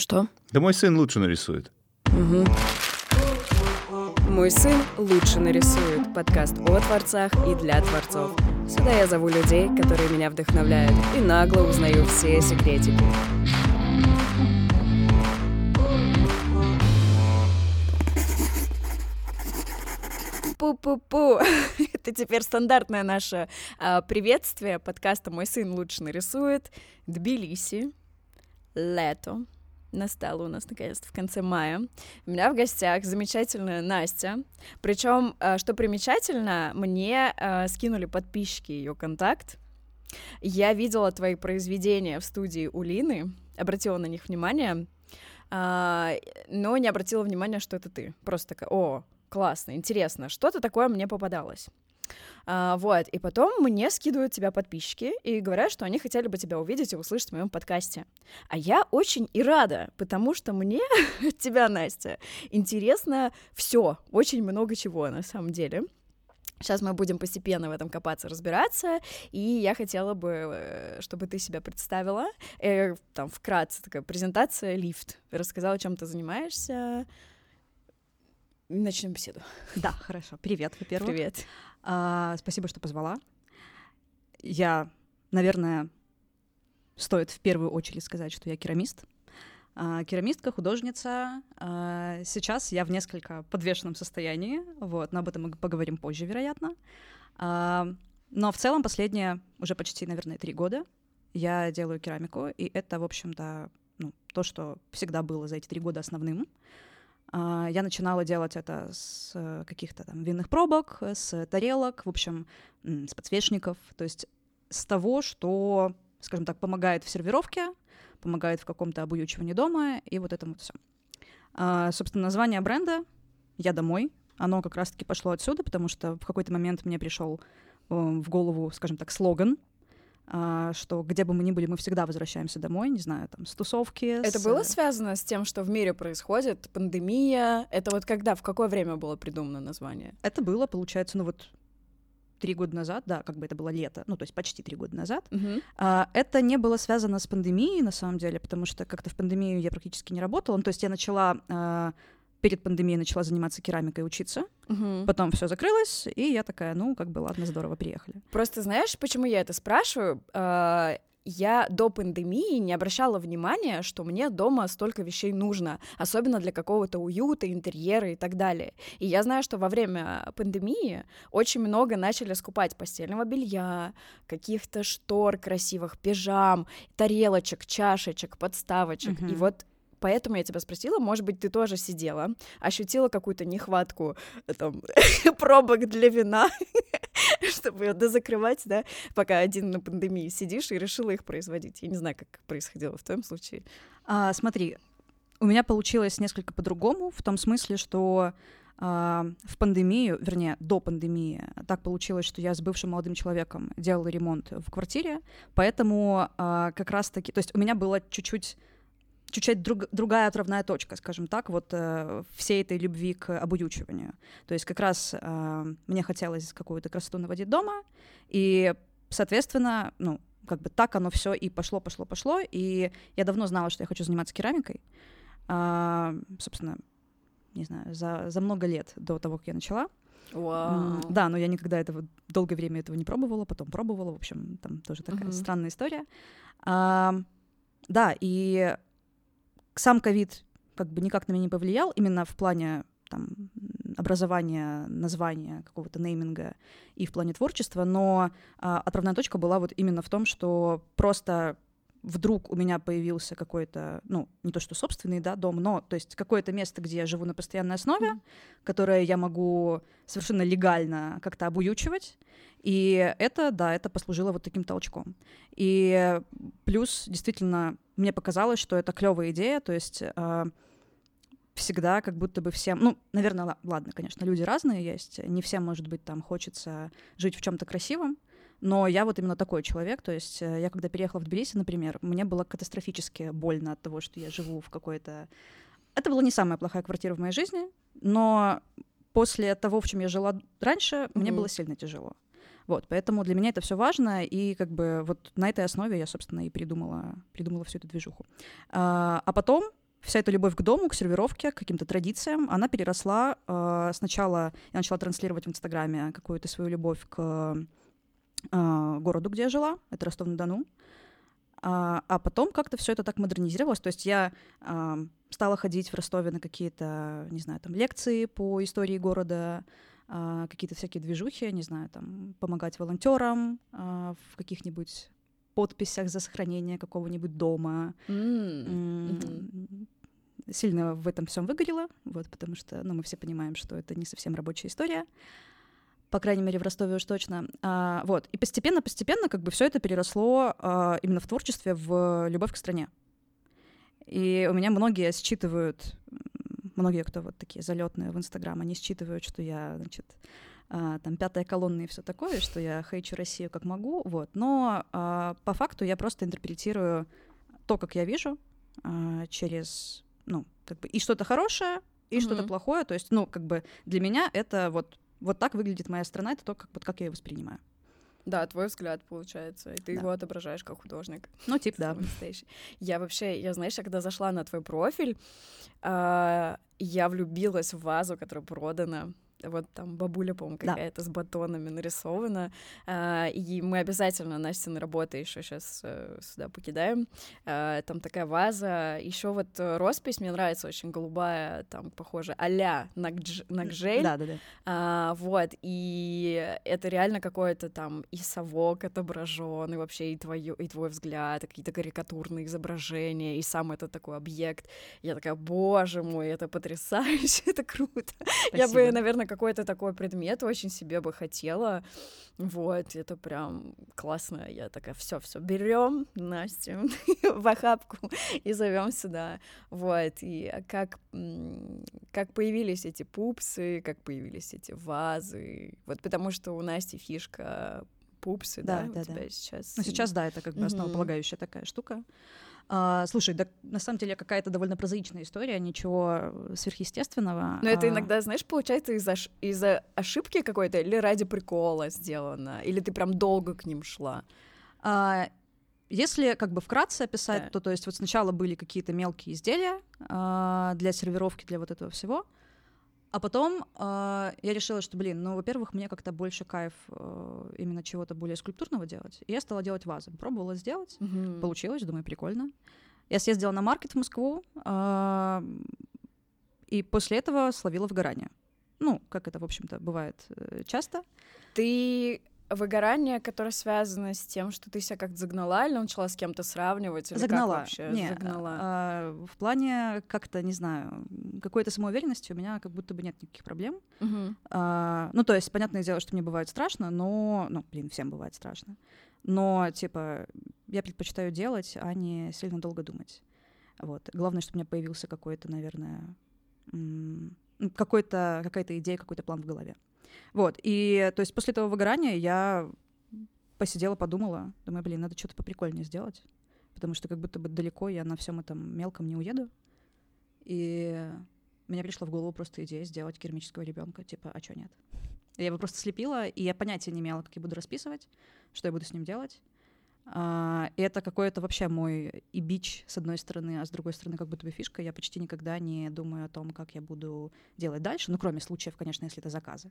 Что? Да мой сын лучше нарисует. Угу. «Мой сын лучше нарисует» — подкаст о творцах и для творцов. Сюда я зову людей, которые меня вдохновляют, и нагло узнаю все секретики. Пу-пу-пу. Это теперь стандартное наше приветствие подкаста «Мой сын лучше нарисует». Тбилиси. Лето. Настало у нас, наконец-то, в конце мая. У меня в гостях замечательная Настя. Причем, что примечательно, мне скинули подписчики ее контакт. Я видела твои произведения в студии у Лины, обратила на них внимание, но не обратила внимания, что это ты. Просто такая: о, классно, интересно, что-то такое мне попадалось. Вот, и потом мне скидывают тебя подписчики и говорят, что они хотели бы тебя увидеть и услышать в моем подкасте. А я очень и рада, потому что мне от тебя, Настя, интересно все, очень много чего на самом деле. Сейчас мы будем постепенно в этом копаться, разбираться, и я хотела бы, чтобы ты себя представила. Там вкратце такая презентация, лифт. Рассказала, чем ты занимаешься. Начнем беседу. Да, хорошо. Привет, во-первых. Привет. Спасибо, что позвала. Я, наверное, стоит в первую очередь сказать, что я керамист. Керамистка, художница. Сейчас я в несколько подвешенном состоянии, вот, но об этом мы поговорим позже, вероятно. Но в целом последние уже почти, наверное, 3 года я делаю керамику, и это, в общем-то, то, что всегда было за эти 3 года основным. Я начинала делать это с каких-то там винных пробок, с тарелок, в общем, с подсвечников, то есть с того, что, скажем так, помогает в сервировке, помогает в каком-то обуючивании дома, и вот это вот все. Собственно, название бренда «Я домой», оно как раз-таки пошло отсюда, потому что в какой-то момент мне пришел в голову, скажем так, слоган, что где бы мы ни были, мы всегда возвращаемся домой, не знаю, там, с тусовки. Это было связано с тем, что в мире происходит, пандемия? Это вот когда, в какое время было придумано название? Это было, получается, 3 года назад, да, как бы это было лето, то есть почти 3 года назад. Это не было связано с пандемией, на самом деле, потому что как-то в пандемию я практически не работала. То есть я начала... Перед пандемией начала заниматься керамикой, учиться. Потом все закрылось, и я такая, ладно, здорово, приехали. Просто знаешь, почему я это спрашиваю? Я до пандемии не обращала внимания, что мне дома столько вещей нужно, особенно для какого-то уюта, интерьера и так далее. И я знаю, что во время пандемии очень много начали скупать постельного белья, каких-то штор красивых, пижам, тарелочек, чашечек, подставочек. И вот поэтому я тебя спросила, может быть, ты тоже сидела, ощутила какую-то нехватку пробок для вина, чтобы ее дозакрывать, да, пока один на пандемии сидишь, и решила их производить. Я не знаю, как происходило в твоем случае. Смотри, у меня получилось несколько по-другому, в том смысле, что в пандемию, вернее, до пандемии, так получилось, что я с бывшим молодым человеком делала ремонт в квартире, поэтому как раз-таки, то есть у меня было чуть-чуть другая отправная точка, скажем так, вот всей этой любви к обуючиванию. То есть как раз мне хотелось какую-то красоту наводить дома, и, соответственно, так оно все и пошло, и я давно знала, что я хочу заниматься керамикой, собственно, не знаю, за много лет до того, как я начала. Wow. Да, но я никогда долгое время этого не пробовала, потом пробовала, в общем, там тоже такая странная история. Да, и сам ковид никак на меня не повлиял, именно в плане образования, названия, какого-то нейминга и в плане творчества, но отправная точка была вот именно в том, что просто вдруг у меня появился какой-то, не то что собственный, да, дом, но то есть какое-то место, где я живу на постоянной основе, которое я могу совершенно легально как-то обуючивать, и это послужило вот таким толчком. И плюс, действительно, мне показалось, что это клевая идея, то есть всегда как будто бы всем... наверное, ладно, конечно, люди разные есть, не всем, может быть, там хочется жить в чем-то красивом, но я вот именно такой человек, то есть я когда переехала в Тбилиси, например, мне было катастрофически больно от того, что я живу в какой-то... Это была не самая плохая квартира в моей жизни, но после того, в чем я жила раньше, мне было сильно тяжело. Вот, поэтому для меня это все важно, и как бы вот на этой основе я, собственно, и придумала всю эту движуху. А потом вся эта любовь к дому, к сервировке, к каким-то традициям, она переросла. Сначала я начала транслировать в Инстаграме какую-то свою любовь к городу, где я жила, это Ростов-на-Дону. А потом как-то все это так модернизировалось. То есть я стала ходить в Ростове на какие-то, не знаю, там, лекции по истории города, какие-то всякие движухи, не знаю, там, помогать волонтерам в каких-нибудь подписях за сохранение какого-нибудь дома. Сильно в этом всем выгорела, вот, потому что, мы все понимаем, что это не совсем рабочая история. По крайней мере, в Ростове уж точно. Вот. И постепенно как бы все это переросло именно в творчестве, в любовь к стране. И у меня многие, кто вот такие залетные в Инстаграм, они считывают, что я, значит, там, пятая колонна и все такое, что я хейчу Россию как могу, вот. Но по факту я просто интерпретирую то, как я вижу, через, как бы и что-то хорошее, и что-то плохое. То есть, как бы для меня это вот так выглядит моя страна, это то, как я ее воспринимаю. Да, твой взгляд, получается, и ты его отображаешь как художник. Да. Я, знаешь, когда зашла на твой профиль, я влюбилась в вазу, которая продана. Вот там бабуля, по-моему, какая-то с батонами нарисована. И мы обязательно Настины работы еще сейчас сюда покидаем. Там такая ваза. Еще вот роспись мне нравится, очень голубая, там, похоже, а-ля на гжель. Да. Вот, и это реально какой-то там и совок отображен, и вообще и твой взгляд, и какие-то карикатурные изображения, и сам этот такой объект. Я такая, боже мой, это потрясающе, это круто. Спасибо. Я бы, наверное, какой-то такой предмет очень себе бы хотела. Вот, это прям классно. Я такая, все, берем Настю в охапку и зовем сюда. Вот, и как появились эти пупсы, как появились эти вазы. Вот потому что у Насти фишка пупсы, да, у тебя сейчас. Сейчас, да, это как бы основополагающая такая штука. Слушай, да, на самом деле какая-то довольно прозаичная история, ничего сверхъестественного. Но это иногда, знаешь, получается из-за ошибки какой-то или ради прикола сделано, или ты прям долго к ним шла? Если как бы вкратце описать, то есть вот сначала были какие-то мелкие изделия для сервировки, для вот этого всего, а потом я решила, что, во-первых, мне как-то больше кайф именно чего-то более скульптурного делать. И я стала делать вазы. Пробовала сделать, получилось, думаю, прикольно. Я съездила на маркет в Москву, и после этого словила выгорание. Как это, в общем-то, бывает часто. Ты выгорание, которое связано с тем, что ты себя как-то загнала, или начала с кем-то сравнивать? Или загнала. Как вообще? Не, загнала. В плане как-то, не знаю, какой-то самоуверенности у меня как будто бы нет никаких проблем. То есть, понятное дело, что мне бывает страшно, но... всем бывает страшно. Но, я предпочитаю делать, а не сильно долго думать. Вот. Главное, чтобы у меня появился какой-то, наверное, какая-то идея, какой-то план в голове. Вот, и то есть после этого выгорания я посидела, подумала, думаю, надо что-то поприкольнее сделать, потому что как будто бы далеко я на всем этом мелком не уеду. И мне пришла в голову просто идея сделать керамического ребенка, а чё нет? Я его просто слепила, и я понятия не имела, как я буду расписывать, что я буду с ним делать. И это какой-то вообще мой и бич, с одной стороны, а с другой стороны, как будто бы фишка. Я почти никогда не думаю о том, как я буду делать дальше. Кроме случаев, конечно, если это заказы.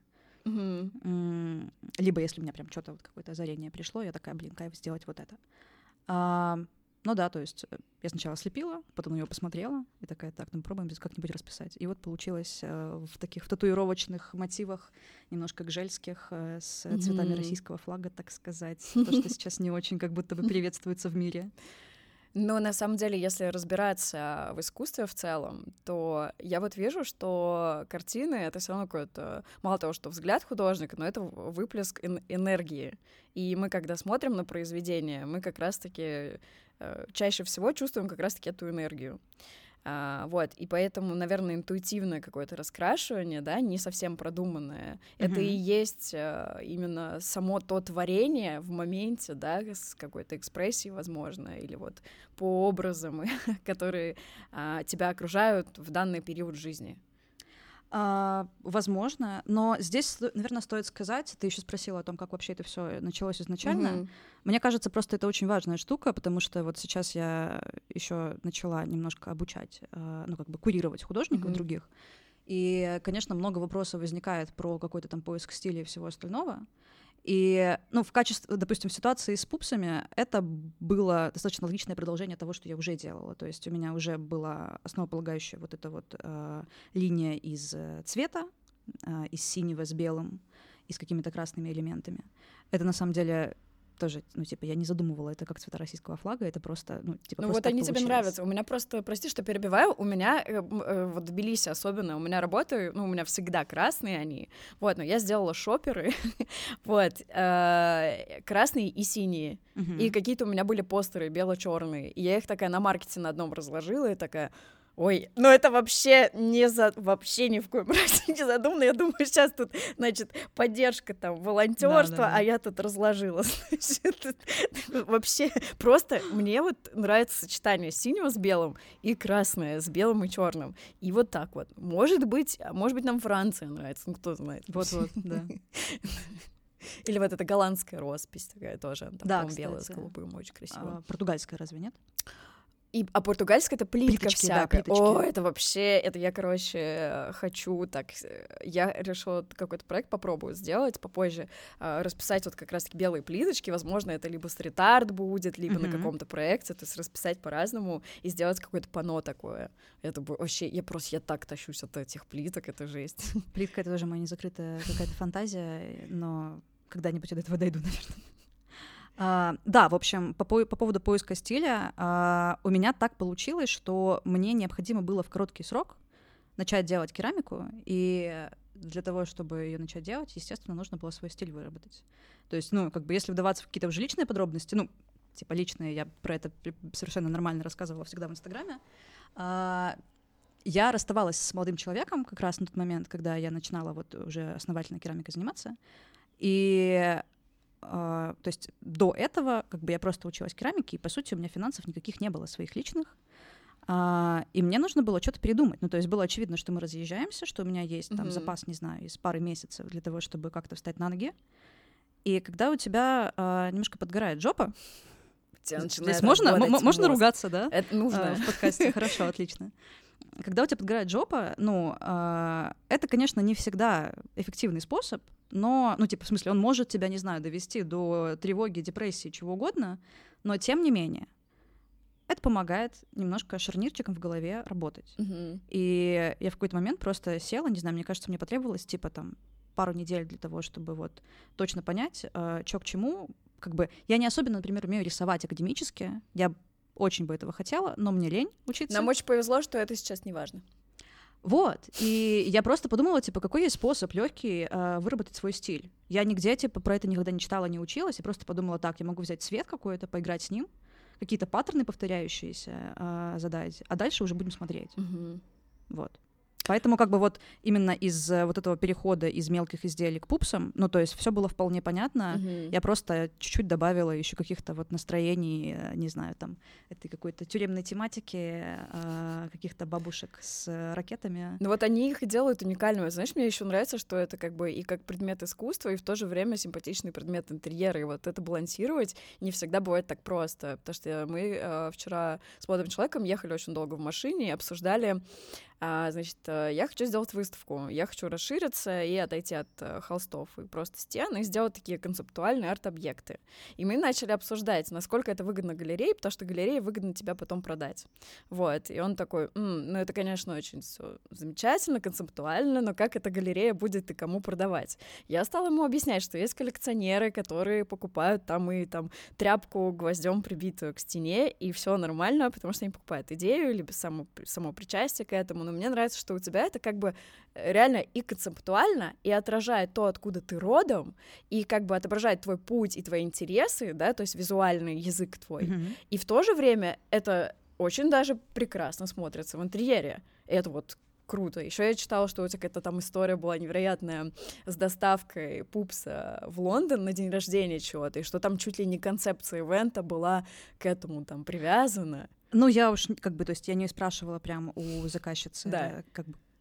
Либо если у меня прям что-то какое-то озарение пришло, я такая, кайф сделать вот это. То есть я сначала слепила, потом на него посмотрела и такая, попробуем как-нибудь расписать. И вот получилось в таких татуировочных мотивах, немножко гжельских, с цветами российского флага, так сказать. То, что сейчас не очень как будто бы приветствуется в мире. Но на самом деле, если разбираться в искусстве в целом, то я вот вижу, что картины — это все равно какой-то, мало того, что взгляд художника, но это выплеск энергии. И мы, когда смотрим на произведение, мы как раз-таки чаще всего чувствуем как раз-таки эту энергию. Вот, и поэтому, наверное, интуитивное какое-то раскрашивание, да, не совсем продуманное. Это и есть именно само то творение в моменте, да, с какой-то экспрессией, возможно, или вот по образам, которые тебя окружают в данный период жизни. Возможно, но здесь, наверное, стоит сказать, ты еще спросила о том, как вообще это все началось изначально. Мне кажется, просто это очень важная штука, потому что вот сейчас я еще начала немножко обучать, ну, как бы курировать художников других. И, конечно, много вопросов возникает про какой-то там поиск стиля и всего остального. И, ну, в качестве, допустим, в ситуации с пупсами это было достаточно логичное продолжение того, что я уже делала. То есть у меня уже была основополагающая вот эта вот линия из цвета, из синего с белым и с какими-то красными элементами. Это на самом деле тоже, ну, типа, я не задумывала это как цвета российского флага, это просто, ну, типа, ну просто вот они получилось. тебе нравятся. У меня просто, прости, что перебиваю, у меня, вот в Тбилиси особенно, у меня работы, ну, у меня всегда красные они, вот, но я сделала шоперы, вот, красные и синие, и какие-то у меня были постеры бело-черные, и я их такая на маркете на одном разложила, и такая... Ой, ну это вообще вообще ни в коем разе не задумано. Я думаю, сейчас тут, значит, поддержка там волонтерства, а я тут разложила. Значит, вообще просто мне вот нравится сочетание синего с белым и красное с белым и черным. И вот так вот. Может быть, нам Франция нравится, ну кто знает. Вот-вот, да. Или вот эта голландская роспись такая тоже, там, да, белая с голубым, очень красиво. Португальская разве нет? А португальская — это плитка плиточки, всякая. Да, О, это вообще, это я, короче, хочу так... Я решила какой-то проект попробую сделать попозже, расписать вот как раз-таки белые плиточки. Возможно, это либо стрит-арт будет, либо на каком-то проекте, то есть расписать по-разному и сделать какое-то панно такое. Это бы вообще... Я так тащусь от этих плиток, это жесть. Плитка — это тоже моя незакрытая какая-то фантазия, но когда-нибудь я до этого дойду, наверное. Да, в общем, по поводу поиска стиля, у меня так получилось, что мне необходимо было в короткий срок начать делать керамику, и для того, чтобы ее начать делать, естественно, нужно было свой стиль выработать. То есть, ну, как бы, если вдаваться в какие-то уже личные подробности, ну, типа личные, я про это совершенно нормально рассказывала всегда в Инстаграме, я расставалась с молодым человеком как раз на тот момент, когда я начинала вот уже основательно керамикой заниматься, и... То есть до этого как бы я просто училась керамике, и, по сути, у меня финансов никаких не было своих личных, и мне нужно было что-то передумать. Ну, то есть было очевидно, что мы разъезжаемся, что у меня есть там запас, не знаю, из пары месяцев для того, чтобы как-то встать на ноги. И когда у тебя немножко подгорает жопа, здесь можно ругаться, да? Это нужно. В подкасте. Хорошо, отлично. Когда у тебя подгорает жопа, ну, это, конечно, не всегда эффективный способ, но, ну, типа, в смысле, он может тебя, не знаю, довести до тревоги, депрессии, чего угодно, но, тем не менее, это помогает немножко шарнирчиком в голове работать. И я в какой-то момент просто села, не знаю, мне кажется, мне потребовалось, типа, там, пару недель для того, чтобы вот точно понять, что к чему. Как бы я не особенно, например, умею рисовать академически, я очень бы этого хотела, но мне лень учиться. Нам очень повезло, что это сейчас не важно. Вот, и я просто подумала, типа, какой есть способ легкий выработать свой стиль. Я нигде, типа, про это никогда не читала, не училась, и просто подумала, так, я могу взять цвет какой-то, поиграть с ним, какие-то паттерны повторяющиеся задать, а дальше уже будем смотреть. Вот. Поэтому как бы вот именно из вот этого перехода из мелких изделий к пупсам, ну то есть все было вполне понятно, я просто чуть-чуть добавила еще каких-то вот настроений, не знаю, там этой какой-то тюремной тематики, каких-то бабушек с ракетами. Ну вот они их и делают уникальными. Знаешь, мне еще нравится, что это как бы и как предмет искусства, и в то же время симпатичный предмет интерьера, и вот это балансировать не всегда бывает так просто, потому что мы вчера с молодым человеком ехали очень долго в машине и обсуждали. Значит, я хочу сделать выставку, я хочу расшириться и отойти от холстов и просто стен, и сделать такие концептуальные арт-объекты. И мы начали обсуждать, насколько это выгодно галерее, потому что галерее выгодно тебя потом продать. Вот, и он такой, ну это, конечно, очень всё замечательно, концептуально, но как эта галерея будет и кому продавать? Я стала ему объяснять, что есть коллекционеры, которые покупают там и там тряпку гвоздем прибитую к стене, и все нормально, потому что они покупают идею, либо само причастие к этому. Но мне нравится, что у тебя это как бы реально и концептуально, и отражает то, откуда ты родом, и как бы отображает твой путь и твои интересы, да, то есть визуальный язык твой. И в то же время это очень даже прекрасно смотрится в интерьере. Это вот круто. Еще я читала, что у тебя какая-то там история была невероятная с доставкой пупса в Лондон на день рождения чего-то, и что там чуть ли не концепция ивента была к этому там привязана. Ну, я уж как бы, то есть я не спрашивала прямо у заказчицы, да. как бы,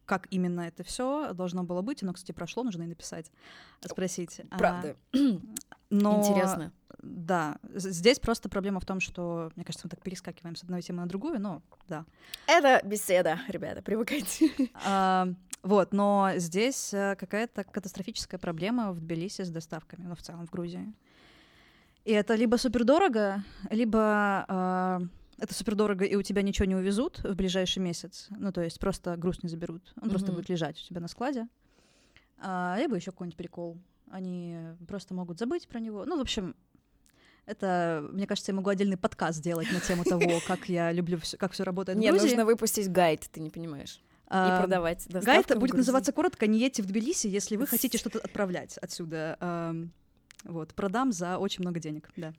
как именно это все должно было быть. Оно, кстати, прошло, нужно и написать, спросить. Правда. Но, интересно. Да, здесь просто проблема в том, что, мне кажется, мы так перескакиваем с одной темы на другую, но да. Это беседа, ребята, привыкайте. Вот, но здесь какая-то катастрофическая проблема в Тбилиси с доставками, ну, в целом в Грузии. И это либо супердорого, либо это супердорого, и у тебя ничего не увезут в ближайший месяц. Ну, то есть просто груз не заберут. Он просто будет лежать у тебя на складе. Либо еще какой-нибудь прикол. Они просто могут забыть про него. Ну, в общем, это, мне кажется, я могу отдельный подкаст сделать на тему того, как я люблю, как все работает в Грузии. Нет, нужно выпустить гайд, ты не понимаешь. И продавать доставку. Гайд будет называться коротко «Не едьте в Тбилиси, если вы хотите что-то отправлять отсюда». Вот, продам за очень много денег, да.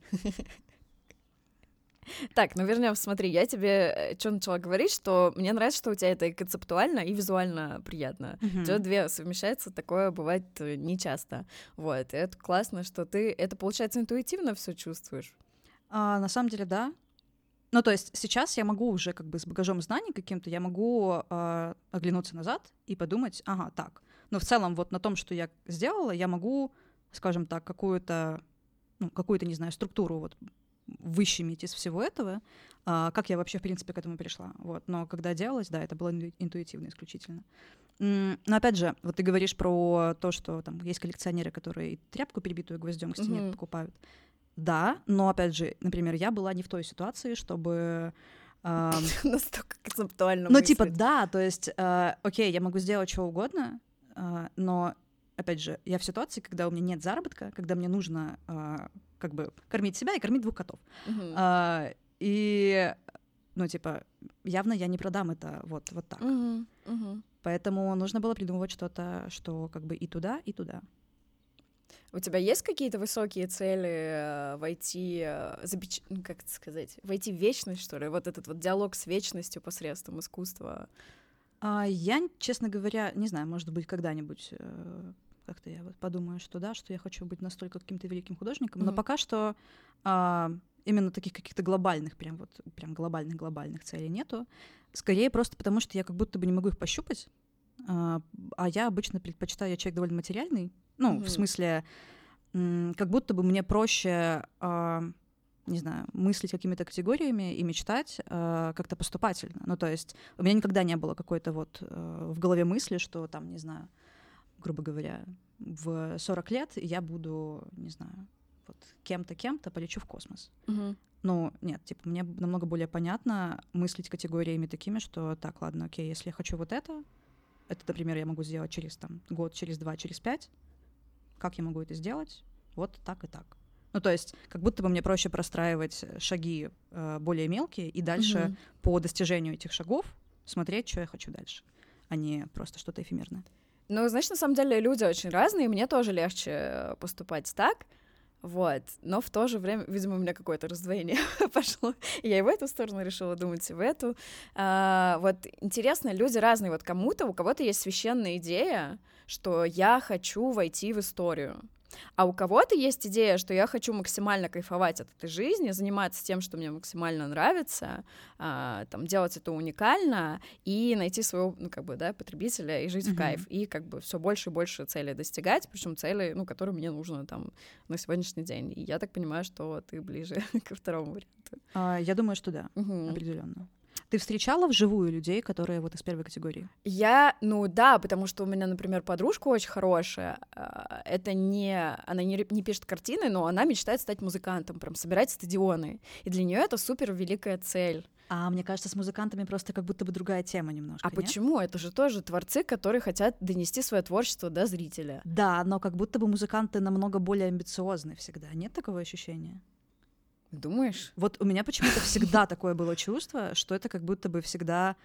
Так, ну вернемся, смотри, я тебе что начала говорить, что мне нравится, что у тебя это и концептуально, и визуально приятно. У тебя две совмещаются, такое бывает нечасто. Вот, и это классно, что ты это, получается, интуитивно все чувствуешь. На самом деле, да. Ну, то есть сейчас я могу уже как бы с багажом знаний каким-то, я могу оглянуться назад и подумать, ага, так. Но в целом вот на том, что я сделала, я могу, скажем так, какую-то, не знаю, структуру вот выщемить из всего этого, как я вообще, в принципе, к этому пришла. Вот. Но когда делалось, да, это было интуитивно исключительно. Но опять же, вот ты говоришь про то, что там есть коллекционеры, которые тряпку, перебитую гвоздем, к стене покупают. Да, но опять же, например, я была не в той ситуации, чтобы... Настолько концептуально Ну, типа, да, то есть, окей, я могу сделать что угодно, но, опять же, я в ситуации, когда у меня нет заработка, когда мне нужно как бы кормить себя и кормить 2 котов. И, ну, типа, явно я не продам это вот так. Поэтому нужно было придумывать что-то, что как бы и туда, и туда. У тебя есть какие-то высокие цели войти, как это сказать, войти в вечность, что ли? Вот этот вот диалог с вечностью посредством искусства? Я, честно говоря, не знаю, может быть, когда-нибудь как-то я вот подумаю, что да, что я хочу быть настолько каким-то великим художником, но пока что именно таких каких-то глобальных, прям глобальных целей нету. Скорее просто потому, что я как будто бы не могу их пощупать, а я обычно предпочитаю, я человек довольно материальный, ну, в смысле, как будто бы мне проще, не знаю, мыслить какими-то категориями и мечтать как-то поступательно. Ну, то есть у меня никогда не было какой-то вот в голове мысли, что там, не знаю, грубо говоря, в 40 лет я буду, не знаю, вот кем-то полечу в космос. Ну, нет, типа, мне намного более понятно мыслить категориями такими, что так, ладно, окей, если я хочу вот это, например, я могу сделать через там, год, через 2, через 5. Как я могу это сделать? Вот так и так. Ну, то есть, как будто бы мне проще простраивать шаги более мелкие и дальше по достижению этих шагов смотреть, что я хочу дальше, а не просто что-то эфемерное. Ну, знаешь, на самом деле люди очень разные, и мне тоже легче поступать так, вот, но в то же время, видимо, у меня какое-то раздвоение пошло, и я и в эту сторону решила думать, и в эту. Вот интересно, люди разные, вот у кого-то есть священная идея, что я хочу войти в историю, а у кого-то есть идея, что я хочу максимально кайфовать от этой жизни, заниматься тем, что мне максимально нравится, там, делать это уникально и найти своего, ну, как бы, да, потребителя и жить в кайф, и как бы все больше и больше целей достигать, причем цели, ну, которые мне нужно там на сегодняшний день. И я так понимаю, что ты ближе ко второму варианту. Я думаю, что да, определенно. Ты встречала вживую людей, которые вот из первой категории? Ну да, потому что у меня, например, подружка очень хорошая. Она не пишет картины, но она мечтает стать музыкантом, прям собирать стадионы. И для нее это супер великая цель. Мне кажется, с музыкантами просто как будто бы другая тема немножко. Нет? Почему? Это же тоже творцы, которые хотят донести свое творчество до зрителя. Да, но как будто бы музыканты намного более амбициозны всегда. Нет такого ощущения? Думаешь? Вот у меня почему-то всегда такое было чувство, что это как будто бы всегда...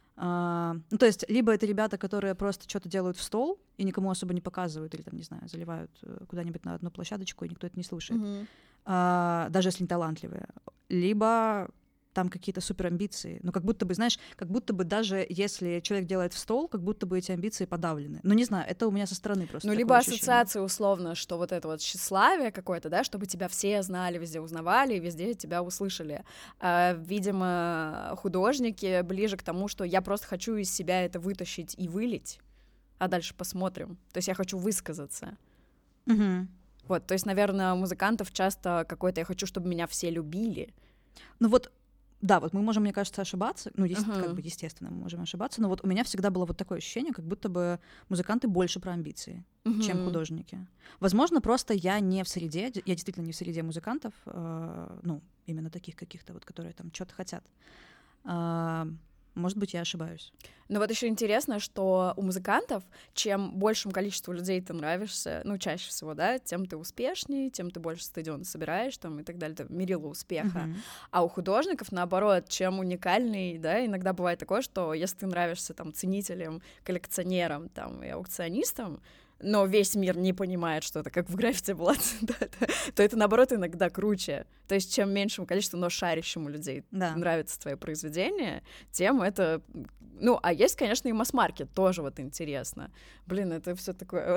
ну, то есть либо это ребята, которые просто что-то делают в стол и никому особо не показывают, или там, не знаю, заливают куда-нибудь на одну площадочку, и никто это не слушает, даже если не талантливые. Либо там какие-то суперамбиции. Ну, как будто бы, знаешь, как будто бы даже если человек делает в стол, как будто бы эти амбиции подавлены. Ну, не знаю, это у меня со стороны просто Ну, такое либо ощущение. ассоциация, условно, что вот это вот тщеславие какое-то, да, чтобы тебя все знали, везде узнавали, и везде тебя услышали. Видимо, художники ближе к тому, что я просто хочу из себя это вытащить и вылить, а дальше посмотрим. То есть я хочу высказаться. Угу. Вот, то есть, наверное, у музыкантов часто какое-то «я хочу, чтобы меня все любили». Ну вот, да, вот мы можем, мне кажется, ошибаться, ну, как бы, естественно, мы можем ошибаться, но вот у меня всегда было вот такое ощущение, как будто бы музыканты больше про амбиции, чем художники. Возможно, просто я не в среде, я действительно не в среде музыкантов, ну, именно таких каких-то вот, которые там что-то хотят. Может быть, я ошибаюсь. Но вот еще интересно, что у музыкантов, чем большему количеству людей ты нравишься, ну, чаще всего, да, тем ты успешнее, тем ты больше стадион собираешь, там, и так далее, это мерило успеха. А у художников, наоборот, чем уникальный, да, иногда бывает такое, что если ты нравишься, там, ценителям, коллекционерам, там, и аукционистам, но весь мир не понимает, что это как в граффити было, то это, наоборот, иногда круче. То есть чем меньшему количеству, но шарящему людей нравится твое произведение, тем это... Ну, а есть, конечно, и масс-маркет, тоже вот интересно. Блин, это все такое...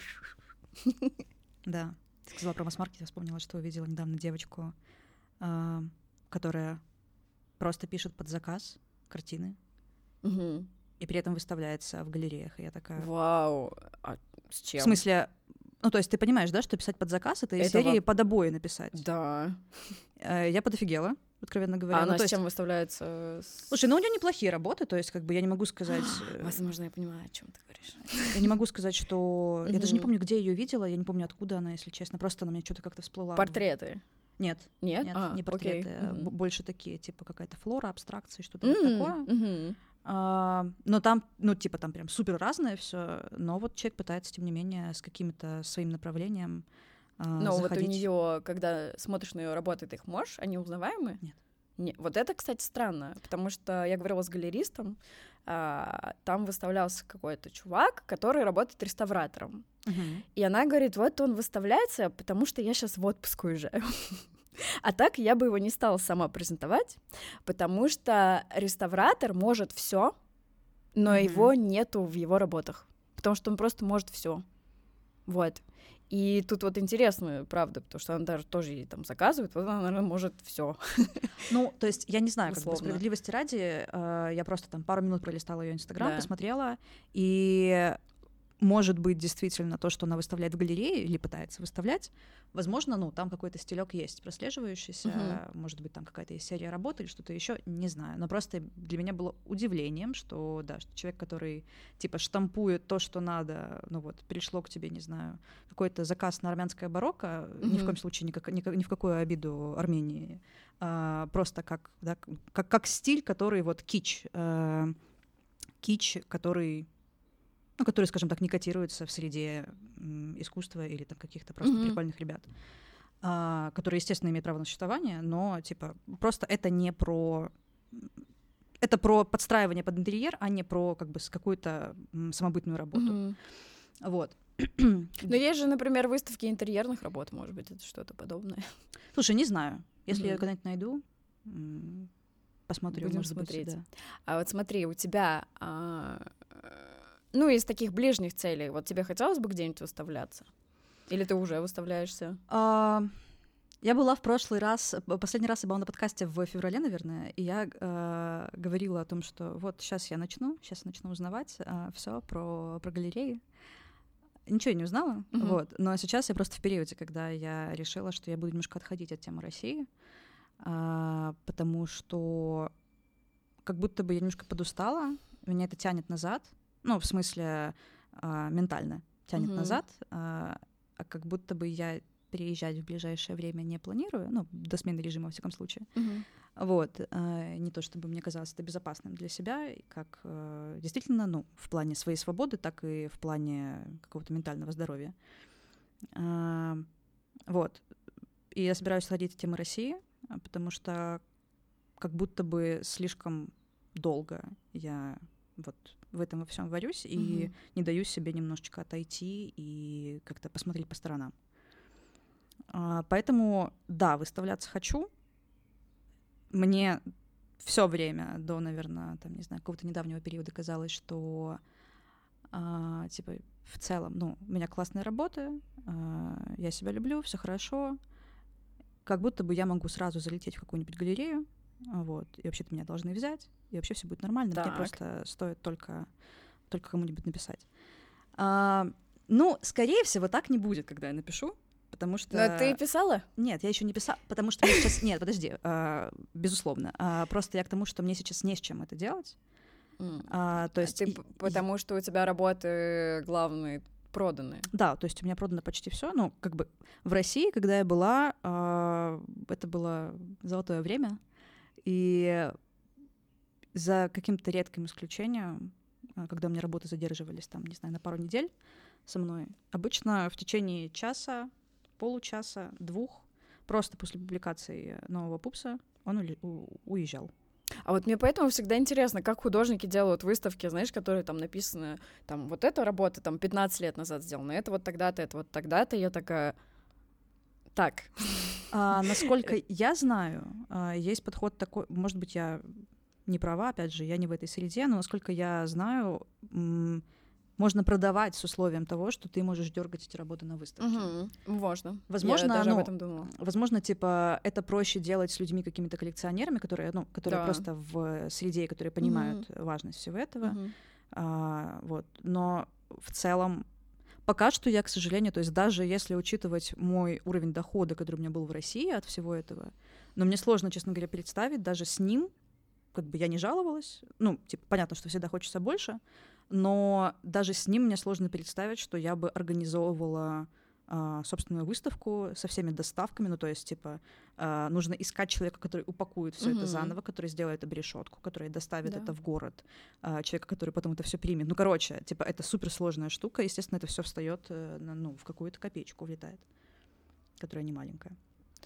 Да. Ты сказала про масс-маркет, я вспомнила, что увидела недавно девочку, которая просто пишет под заказ картины. И при этом выставляется в галереях. И я такая... Вау! А с чем? В смысле... Ну, то есть ты понимаешь, да, что писать под заказ — это из серии под обои написать. Да. Я подофигела, откровенно говоря. А она с чем выставляется? Слушай, ну у нее неплохие работы, то есть как бы я не могу сказать... Возможно, я понимаю, о чем ты говоришь. Я не могу сказать, что... Я даже не помню, где ее видела, я не помню, откуда она, если честно. Просто она мне что-то как-то всплыла. Портреты? Нет. Нет? Не портреты. Больше такие, типа какая-то флора, абстракции, что-то такое. Но там, ну, типа, там прям супер разное все, но вот человек пытается, тем не менее, с каким-то своим направлением но заходить. Вот у нее, когда смотришь на ее работы, ты их можешь? Они узнаваемы? Нет. Вот это, кстати, странно, потому что я говорила с галеристом, там выставлялся какой-то чувак, который работает реставратором. И она говорит, вот он выставляется, потому что я сейчас в отпуск уезжаю. А так я бы его не стала сама презентовать, потому что реставратор может все, но его нету в его работах, потому что он просто может все. Вот. И тут вот интересно, правда, потому что она даже тоже ей там заказывает, вот она, наверное, может все. Ну, то есть я не знаю, как бы справедливости ради, я просто там пару минут пролистала ее Инстаграм, посмотрела, и может быть действительно то, что она выставляет в галерее или пытается выставлять, возможно, ну, там какой-то стилек есть прослеживающийся, может быть, там какая-то есть серия работы или что-то еще, не знаю. Но просто для меня было удивлением, что, да, что человек, который, типа, штампует то, что надо, ну вот, пришло к тебе, не знаю, какой-то заказ на армянское барокко, ни в коем случае ни в какую обиду Армении, просто как, да, как стиль, который вот кич, который... Ну, которые, скажем так, не котируются в среде искусства или там каких-то просто прикольных ребят, которые, естественно, имеют право на существование, но, типа, просто это не про... Это про подстраивание под интерьер, а не про, как бы, какую-то самобытную работу. Вот. Но есть же, например, выставки интерьерных работ, может быть, это что-то подобное. Слушай, не знаю. Если я когда-нибудь найду, посмотрю, будем может смотреть. Быть, да. А вот смотри, у тебя... Ну, из таких ближних целей, вот тебе хотелось бы где-нибудь выставляться? Или ты уже выставляешься? Я была в прошлый раз, последний раз я была на подкасте в феврале, наверное, и я говорила о том, что вот сейчас я начну узнавать все про галереи. Ничего я не узнала, вот, но сейчас я просто в периоде, когда я решила, что я буду немножко отходить от темы России, потому что как будто бы я немножко подустала, меня это тянет назад, ну, в смысле, ментально тянет назад, а как будто бы я переезжать в ближайшее время не планирую, ну, до смены режима, во всяком случае. Вот. Не то чтобы мне казалось это безопасным для себя, как действительно, ну, в плане своей свободы, так и в плане какого-то ментального здоровья. Вот. И я собираюсь сходить от темы России, потому что как будто бы слишком долго я вот в этом во всем варюсь и не даю себе немножечко отойти и как-то посмотреть по сторонам. Поэтому, да, выставляться хочу. Мне все время до, наверное, там, не знаю, какого-то недавнего периода казалось, что типа в целом, ну, у меня классная работа, я себя люблю, все хорошо, как будто бы я могу сразу залететь в какую-нибудь галерею, вот, и вообще-то меня должны взять, и вообще все будет нормально, мне просто стоит только кому-нибудь написать. Ну, скорее всего, так не будет, когда я напишу, потому что... Но ты писала? Нет, я еще не писала, потому что мне сейчас... Нет, подожди, безусловно. Просто я к тому, что мне сейчас не с чем это делать. То есть... Потому что у тебя работы главные проданы. Да, то есть у меня продано почти все. Ну, как бы в России, когда я была, это было золотое время, и за каким-то редким исключением, когда у меня работы задерживались, там, не знаю, на пару недель со мной, обычно в течение часа, получаса, 2, просто после публикации нового пупса он уезжал. А вот мне поэтому всегда интересно, как художники делают выставки, знаешь, которые там написаны, там, вот эта работа там 15 лет назад сделана, это вот тогда-то, это вот тогда-то, я такая... Так. Насколько я знаю, есть подход такой, может быть, я не права, опять же, я не в этой среде, но, насколько я знаю, можно продавать с условием того, что ты можешь дергать эти работы на выставке. Можно. Возможно, я даже об этом думала. Возможно, типа, это проще делать с людьми, какими-то коллекционерами, которые просто в среде, которые понимают важность всего этого. Вот. Но в целом, пока что я, к сожалению, то есть даже если учитывать мой уровень дохода, который у меня был в России от всего этого, но мне сложно, честно говоря, представить даже с ним, как бы я не жаловалась, ну, типа, понятно, что всегда хочется больше, но даже с ним мне сложно представить, что я бы организовывала собственную выставку со всеми доставками, ну, то есть, типа, нужно искать человека, который упакует все это заново, который сделает обрешетку, который доставит это в город, человека, который потом это все примет. Ну, короче, типа, это суперсложная штука, естественно, это все встает, ну, в какую-то копеечку влетает, которая не маленькая.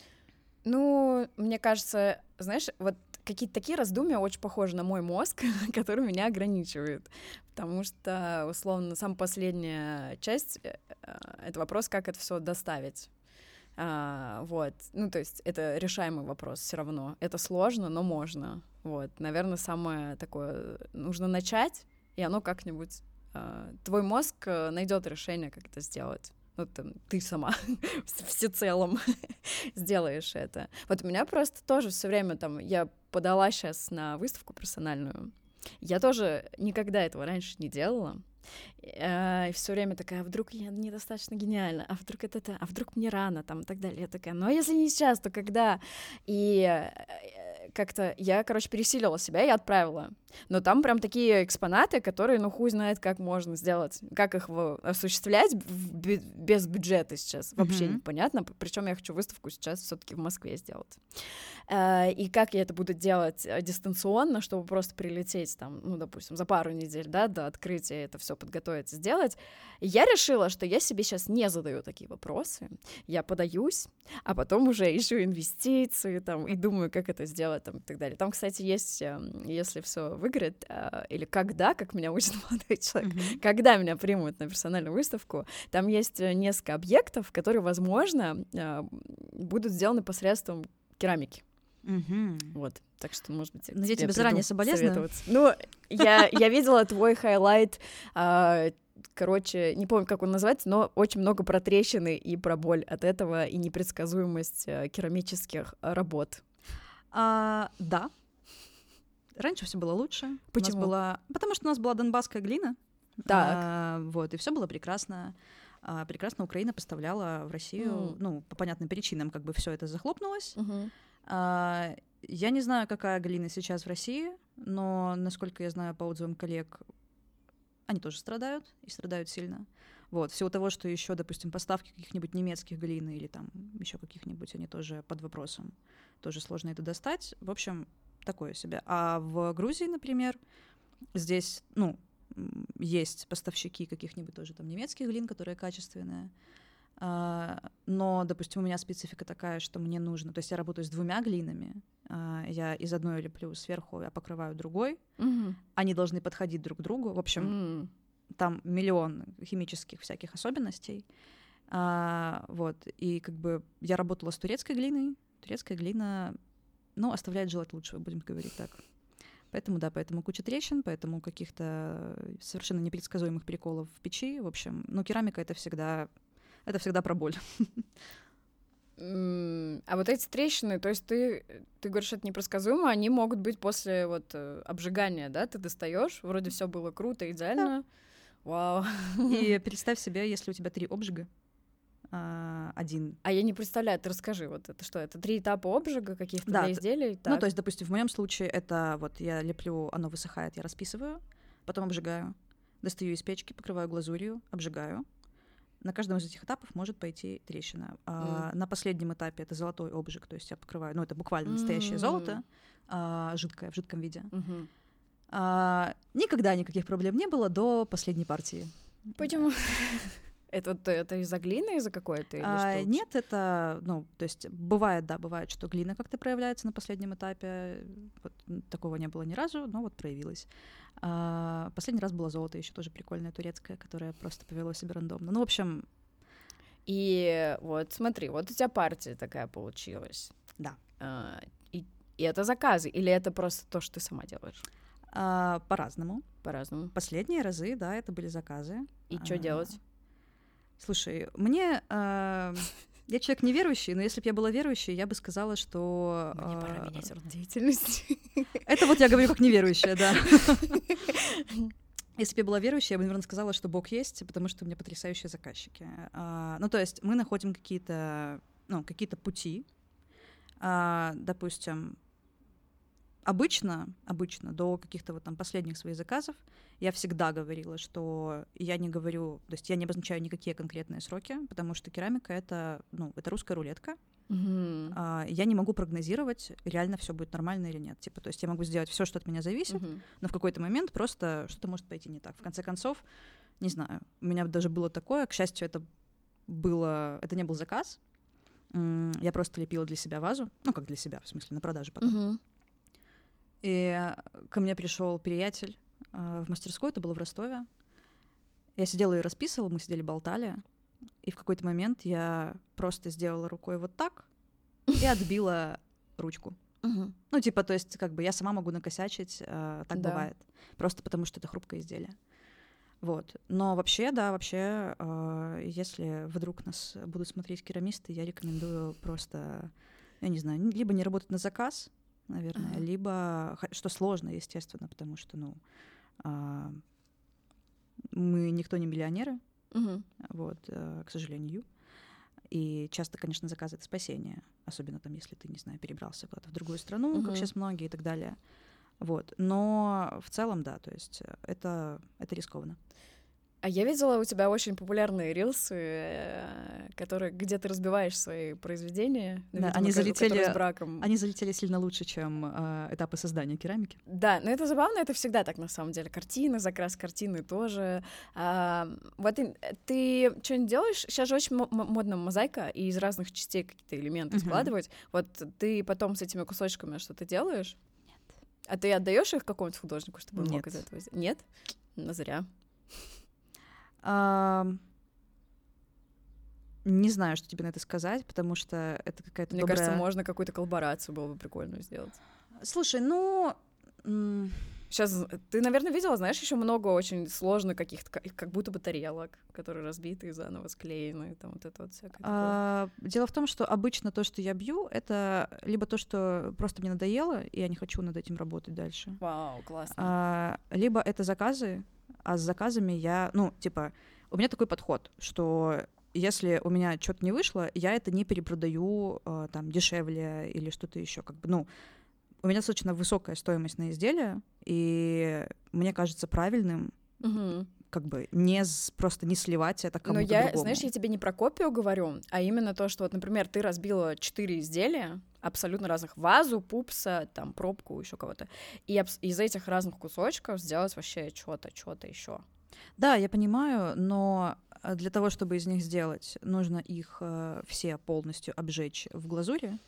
Ну, мне кажется, знаешь, вот какие-то такие раздумья очень похожи на мой мозг, который меня ограничивает, потому что, условно, самая последняя часть — это вопрос, как это все доставить. Вот, ну, то есть это решаемый вопрос все равно. Это сложно, но можно. Вот, наверное, самое такое, нужно начать, и оно как-нибудь... Твой мозг найдет решение, как это сделать. Ну, ты сама всецелом сделаешь это. Вот у меня просто тоже все время там, я подала сейчас на выставку персональную. Я тоже никогда этого раньше не делала. И все время такая, а вдруг я недостаточно гениальна, а вдруг а вдруг мне рано, там, и так далее. Я такая, ну, а если не сейчас, то когда? И как-то я, короче, пересилила себя и отправила. Но там прям такие экспонаты, которые, ну, хуй знает, как можно сделать, как их осуществлять без бюджета сейчас. Вообще непонятно. Причем я хочу выставку сейчас все-таки в Москве сделать. И как я это буду делать дистанционно, чтобы просто прилететь там, ну, допустим, за пару недель, да, до открытия это все подготовить, сделать. И я решила, что я себе сейчас не задаю такие вопросы. Я подаюсь, а потом уже ищу инвестиции там, и думаю, как это сделать там, и так далее. Там, кстати, есть, если все выиграет, или когда, как меня учит молодой человек, когда меня примут на персональную выставку, там есть несколько объектов, которые, возможно, будут сделаны посредством керамики. Вот, так что, может быть, я тебе заранее соболезную. Ну, я видела твой хайлайт, короче, не помню, как он называется, но очень много про трещины и про боль от этого, и непредсказуемость керамических работ. Да. Раньше все было лучше. Почему? Потому что у нас была донбасская глина. Так. Вот, и все было прекрасно. Прекрасно Украина поставляла в Россию, ну, по понятным причинам, как бы все это захлопнулось. Я не знаю, какая глина сейчас в России, но, насколько я знаю по отзывам коллег, они тоже страдают, и страдают сильно. Вот, в силу того, что еще, допустим, поставки каких-нибудь немецких глин или там еще каких-нибудь, они тоже под вопросом, тоже сложно это достать. В общем, такое себе. А в Грузии, например, здесь, ну, есть поставщики каких-нибудь тоже там немецких глин, которые качественные. Но, допустим, у меня специфика такая, что мне нужно... То есть я работаю с 2 глинами. Я из одной леплю сверху, я покрываю другой. Они должны подходить друг к другу. В общем, там миллион химических всяких особенностей. Вот. И как бы я работала с турецкой глиной. Турецкая глина но оставляет желать лучшего, будем говорить так. Поэтому куча трещин, поэтому каких-то совершенно непредсказуемых приколов в печи. В общем, керамика — это всегда про боль. А вот эти трещины, то есть ты говоришь, это непредсказуемо, они могут быть после обжигания, да? Ты достаешь, вроде все было круто, идеально. Да. Вау. И представь себе, если у тебя 3 обжига, один. А я не представляю, ты расскажи, это что? Это 3 этапа обжига каких-то для изделий? Так. То есть, допустим, в моем случае это я леплю, оно высыхает, я расписываю, потом обжигаю, достаю из печки, покрываю глазурью, обжигаю. На каждом из этих этапов может пойти трещина. На последнем этапе это золотой обжиг, то есть я покрываю, это буквально настоящее золото, жидкое, в жидком виде. Никогда никаких проблем не было до последней партии. Почему? Это из-за глины, из-за какой-то? Нет, это, то есть бывает, что глина как-то проявляется на последнем этапе. Такого не было ни разу, но проявилось. Последний раз было золото, еще тоже прикольное турецкое, которое просто повело себя рандомно. В общем... И смотри, у тебя партия такая получилась. Да. И это заказы, или это просто то, что ты сама делаешь? По-разному. По-разному. Последние разы, да, это были заказы. И что делать? Слушай, я человек неверующий, но если бы я была верующей, я бы сказала, что... Мне пора менять род деятельности. Это я говорю как неверующая, да. Если бы я была верующей, я бы, наверное, сказала, что Бог есть, потому что у меня потрясающие заказчики. То есть мы находим какие-то пути. Допустим, обычно до каких-то последних своих заказов я всегда говорила, что я не говорю, то есть я не обозначаю никакие конкретные сроки, потому что керамика — это русская рулетка. Я не могу прогнозировать, реально все будет нормально или нет. То есть я могу сделать все, что от меня зависит, но в какой-то момент просто что-то может пойти не так. В конце концов, не знаю, у меня даже было такое, к счастью, это не был заказ. Я просто лепила для себя вазу, как для себя, в смысле, на продажу потом. И ко мне пришел приятель в мастерскую, это было в Ростове. Я сидела и расписывала, мы сидели, болтали. И в какой-то момент я просто сделала рукой вот так и отбила ручку. То есть я сама могу накосячить, так бывает. Просто потому что это хрупкое изделие. Но вообще, если вдруг нас будут смотреть керамисты, я рекомендую просто, я не знаю, либо не работать на заказ, наверное, либо, что сложно, естественно, потому что, мы никто не миллионеры, к сожалению. И часто, конечно, заказы — это спасение, особенно если ты, не знаю, перебрался куда-то в другую страну, как сейчас многие и так далее. Но в целом, да, то есть это рискованно. А я видела у тебя очень популярные рилсы, где ты разбиваешь свои произведения. Да, они залетели сильно лучше, чем этапы создания керамики. Да, но это забавно, это всегда так на самом деле. Картины, закрас картины тоже. Ты что-нибудь делаешь? Сейчас же очень модно мозаика, и из разных частей какие-то элементы складывать. Ты потом с этими кусочками что-то делаешь? Нет. А ты отдаешь их какому-то художнику, чтобы он мог из этого сделать? Нет? Зря. Не знаю, что тебе на это сказать, потому что это какая-то Мне кажется, можно какую-то коллаборацию было бы прикольно сделать. Слушай, Сейчас ты, наверное, видела, знаешь, еще много очень сложных каких-то, как будто бы тарелок, которые разбиты и заново склеены, там это всякое. Дело в том, что обычно то, что я бью, это либо то, что просто мне надоело, и я не хочу над этим работать дальше. Вау, классно. Либо это заказы, а с заказами у меня такой подход, что если у меня что-то не вышло, я это не перепродаю дешевле или что-то еще. У меня достаточно высокая стоимость на изделие, и мне кажется правильным просто не сливать это кому-то другому. Но я тебе не про копию говорю, а именно то, что, например, ты разбила 4 изделия, абсолютно разных, вазу, пупса, пробку, еще кого-то, и из этих разных кусочков сделать вообще что-то еще. Да, я понимаю, но для того, чтобы из них сделать, нужно их все полностью обжечь в глазури.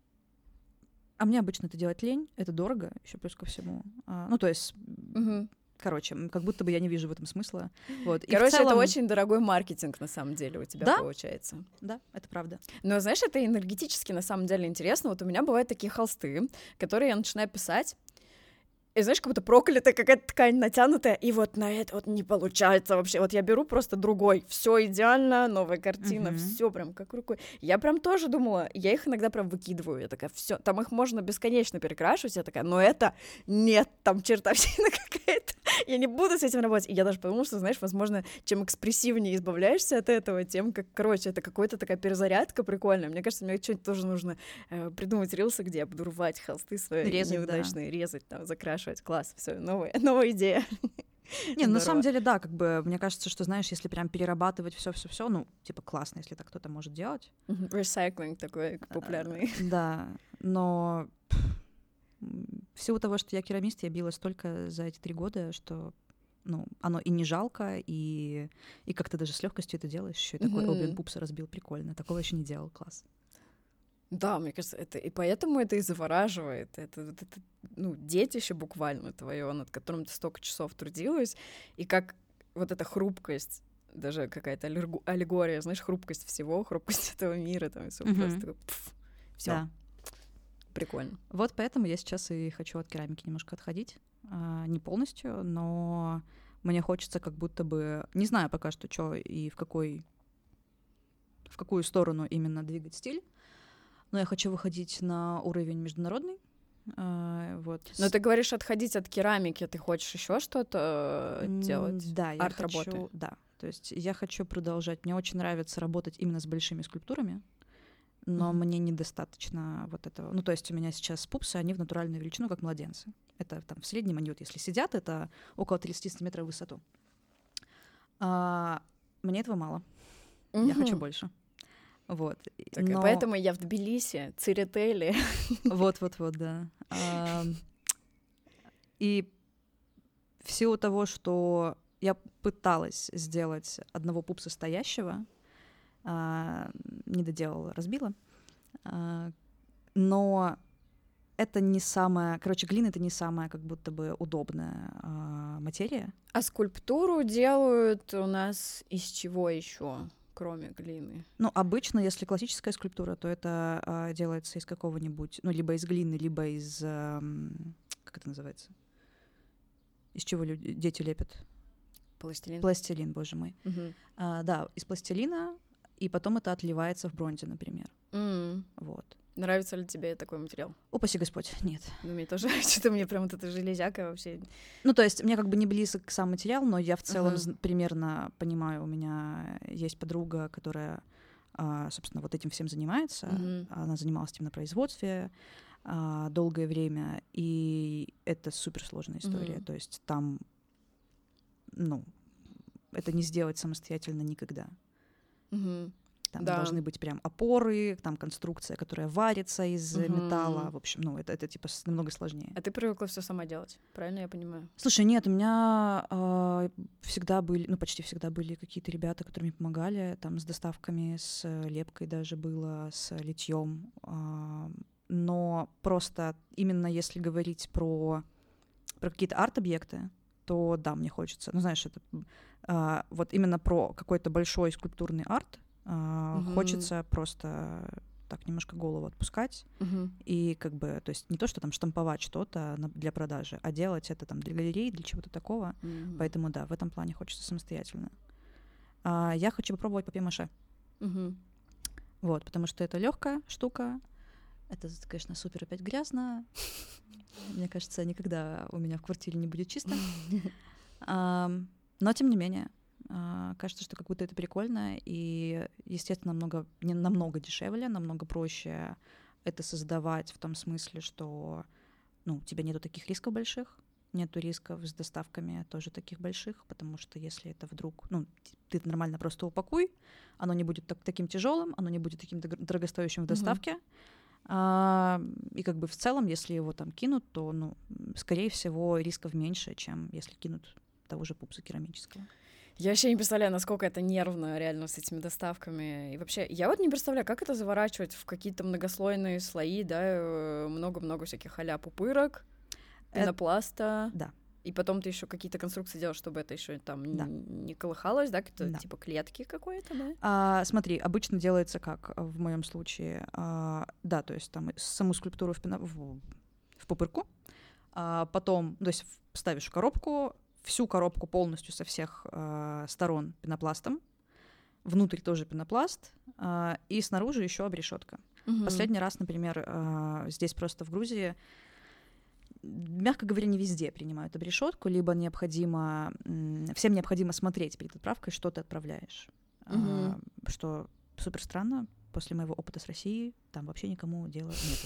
А мне обычно это делать лень, это дорого, еще плюс ко всему. То есть Короче, как будто бы я не вижу в этом смысла. Вот. И Короче, в целом... это очень дорогой маркетинг, на самом деле, у тебя Да? получается. Да, это правда. Но, знаешь, это энергетически, на самом деле, интересно. Вот у меня бывают такие холсты, которые я начинаю писать, и, знаешь, как будто проклятая какая-то ткань натянутая, и вот на это вот не получается вообще. Вот я беру просто другой, все идеально, новая картина, все прям как рукой. Я прям тоже думала, я их иногда прям выкидываю, я такая, все, там их можно бесконечно перекрашивать, я такая, но это нет, там чертовщина какая-то, я не буду с этим работать. И я даже подумала, что, знаешь, возможно, чем экспрессивнее избавляешься от этого, тем, как, короче, это какая-то такая перезарядка прикольная. Мне кажется, мне что-нибудь тоже нужно придумать рилсы, где я буду рвать холсты свои неудачные, резать, там, закрашивать. Класс, все, новая идея. Не, на самом деле, да, как бы, мне кажется, что, знаешь, если прям перерабатывать все, ну, типа, классно, если так кто-то может делать. Recycling такой популярный. Да, но в силу того, что я керамист, я билась только за эти 3 года, что, ну, оно и не жалко, и как-то даже с легкостью это делаешь. Еще и такой, блин, пупса разбил, прикольно. Такого еще не делал, класс. Да, мне кажется, это и поэтому это и завораживает. Это ну, детище буквально твое, над которым ты столько часов трудилась, и как вот эта хрупкость, даже какая-то аллегория, знаешь, хрупкость всего, хрупкость этого мира, там, и всё просто такое, все. Да. Прикольно. Вот поэтому я сейчас и хочу от керамики немножко отходить. Не полностью, но мне хочется как будто бы... Не знаю пока что и в какую сторону именно двигать стиль, но я хочу выходить на уровень международный. Вот. Но ты говоришь отходить от керамики, ты хочешь еще что-то делать? Да, я хочу, да. То есть я хочу продолжать. Мне очень нравится работать именно с большими скульптурами, но мне недостаточно вот этого. Ну, то есть у меня сейчас пупсы, они в натуральную величину, как младенцы. Это там в среднем они вот, если сидят, это около 30 сантиметров в высоту. Мне этого мало. Я хочу больше. Вот. Так, но... Поэтому я в Тбилиси, Церетели. Вот, да. И в силу того, что я пыталась сделать одного пупса стоящего, не доделала, разбила, но это не самая... Короче, глина — это не самая как будто бы удобная материя. А скульптуру делают у нас из чего еще? Кроме глины? Ну, обычно, если классическая скульптура, то это делается из какого-нибудь, ну, либо из глины, либо из, как это называется? Из чего дети лепят? Пластилин. Пластилин, боже мой. Да, из пластилина, и потом это отливается в бронзе, например. Вот. Нравится ли тебе такой материал? Упаси Господь, нет. Ну, мне тоже, что-то мне прям вот эта железяка вообще... Ну, то есть мне как бы не близок сам материал, но я в целом примерно понимаю, у меня есть подруга, которая, собственно, вот этим всем занимается. Она занималась этим на производстве долгое время, и это суперсложная история. То есть там, ну, это не сделать самостоятельно никогда. Там должны быть прям опоры, там конструкция, которая варится из металла. В общем, ну, это типа намного сложнее. А ты привыкла все сама делать, правильно я понимаю? Слушай, нет, у меня всегда были, ну, почти всегда были какие-то ребята, которые мне помогали, там, с доставками, с лепкой даже было, с литьем. Но просто именно если говорить про какие-то арт-объекты, то да, мне хочется. Ну, знаешь, это вот именно про какой-то большой скульптурный арт, хочется просто так немножко голову отпускать и как бы, то есть не то, что там штамповать что-то для продажи, а делать это там для галереи, для чего-то такого. Поэтому да, в этом плане хочется самостоятельно. Я хочу попробовать папье-маше. Вот, потому что это легкая штука. Это, конечно, супер опять грязно. Мне кажется, никогда у меня в квартире не будет чисто. Но тем не менее, кажется, что как будто это прикольно, и, естественно, намного дешевле, намного проще это создавать в том смысле, что, ну, у тебя нету таких рисков больших, нету рисков с доставками тоже таких больших, потому что если это вдруг, ну, ты это нормально просто упакуй, оно не будет таким тяжелым, оно не будет таким дорогостоящим в доставке, и как бы в целом, если его там кинут, то, ну, скорее всего, рисков меньше, чем если кинут того же пупса керамического. Я вообще не представляю, насколько это нервно реально с этими доставками. И вообще, я вот не представляю, как это заворачивать в какие-то многослойные слои, да, много-много всяких а-ля пупырок, пенопласта. Да, И потом ты еще какие-то конструкции делаешь, чтобы это еще там Да. не колыхалось, да, какие-то Да. типа клетки какой-то, да? Смотри, обычно делается как в моем случае, да, то есть там саму скульптуру в пупырку, потом, то есть ставишь в коробку, всю коробку полностью со всех сторон пенопластом, внутрь тоже пенопласт, и снаружи еще обрешетка. Последний раз, например, здесь просто в Грузии, мягко говоря, не везде принимают обрешетку, либо всем необходимо смотреть перед отправкой, что ты отправляешь. Что супер странно, после моего опыта с Россией там вообще никому дела нету.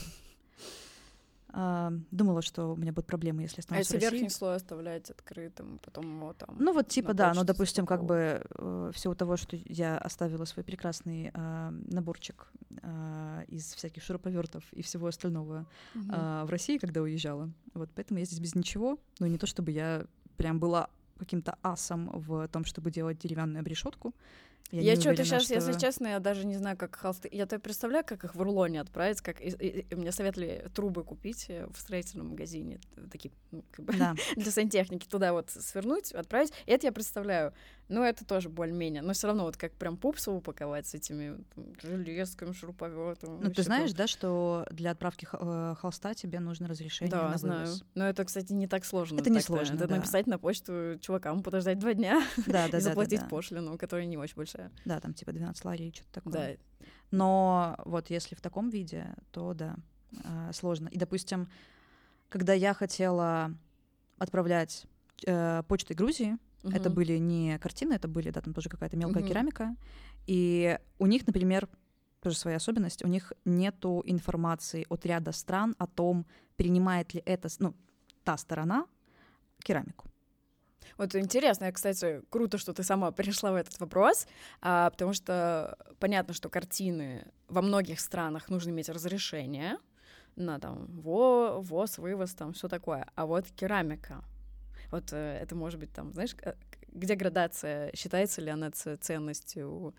Думала, что у меня будут проблемы, если останусь в России. А если верхний слой оставлять открытым, потом его там... Ну вот типа да, но, допустим, как бы в силу того, что я оставила свой прекрасный наборчик из всяких шуруповертов и всего остального в России, когда уезжала, вот поэтому я здесь без ничего, но не то чтобы я прям была каким-то асом в том, чтобы делать деревянную обрешетку. Я что-то сейчас, если честно, я даже не знаю, как холсты... Я тебе представляю, как их в рулоне отправить, как... И мне советовали трубы купить в строительном магазине, такие, как бы, для сантехники, туда вот свернуть, отправить. И это я представляю. Ну, это тоже более-менее. Но все равно вот как прям пупсу упаковать с этими железками, шуруповертом. Ну, ты знаешь, да, что для отправки холста тебе нужно разрешение на вывоз? Да, знаю. Но это, кстати, не так сложно. Это не сложно, это написать на почту чувакам, подождать 2 дня и заплатить пошлину, которая не очень большая. Да, там типа 12 лари и что-то такое. Да. Но вот если в таком виде, то да, сложно. И, допустим, когда я хотела отправлять почтой Грузии, это были не картины, это были, да, там тоже какая-то мелкая керамика, и у них, например, тоже своя особенность, у них нету информации от ряда стран о том, принимает ли это, та сторона керамику. Вот интересно, кстати, круто, что ты сама перешла в этот вопрос, потому что понятно, что картины во многих странах нужно иметь разрешение на там ввоз, вывоз, там все такое, а вот керамика, вот это может быть там, знаешь, где градация, считается ли она ценностью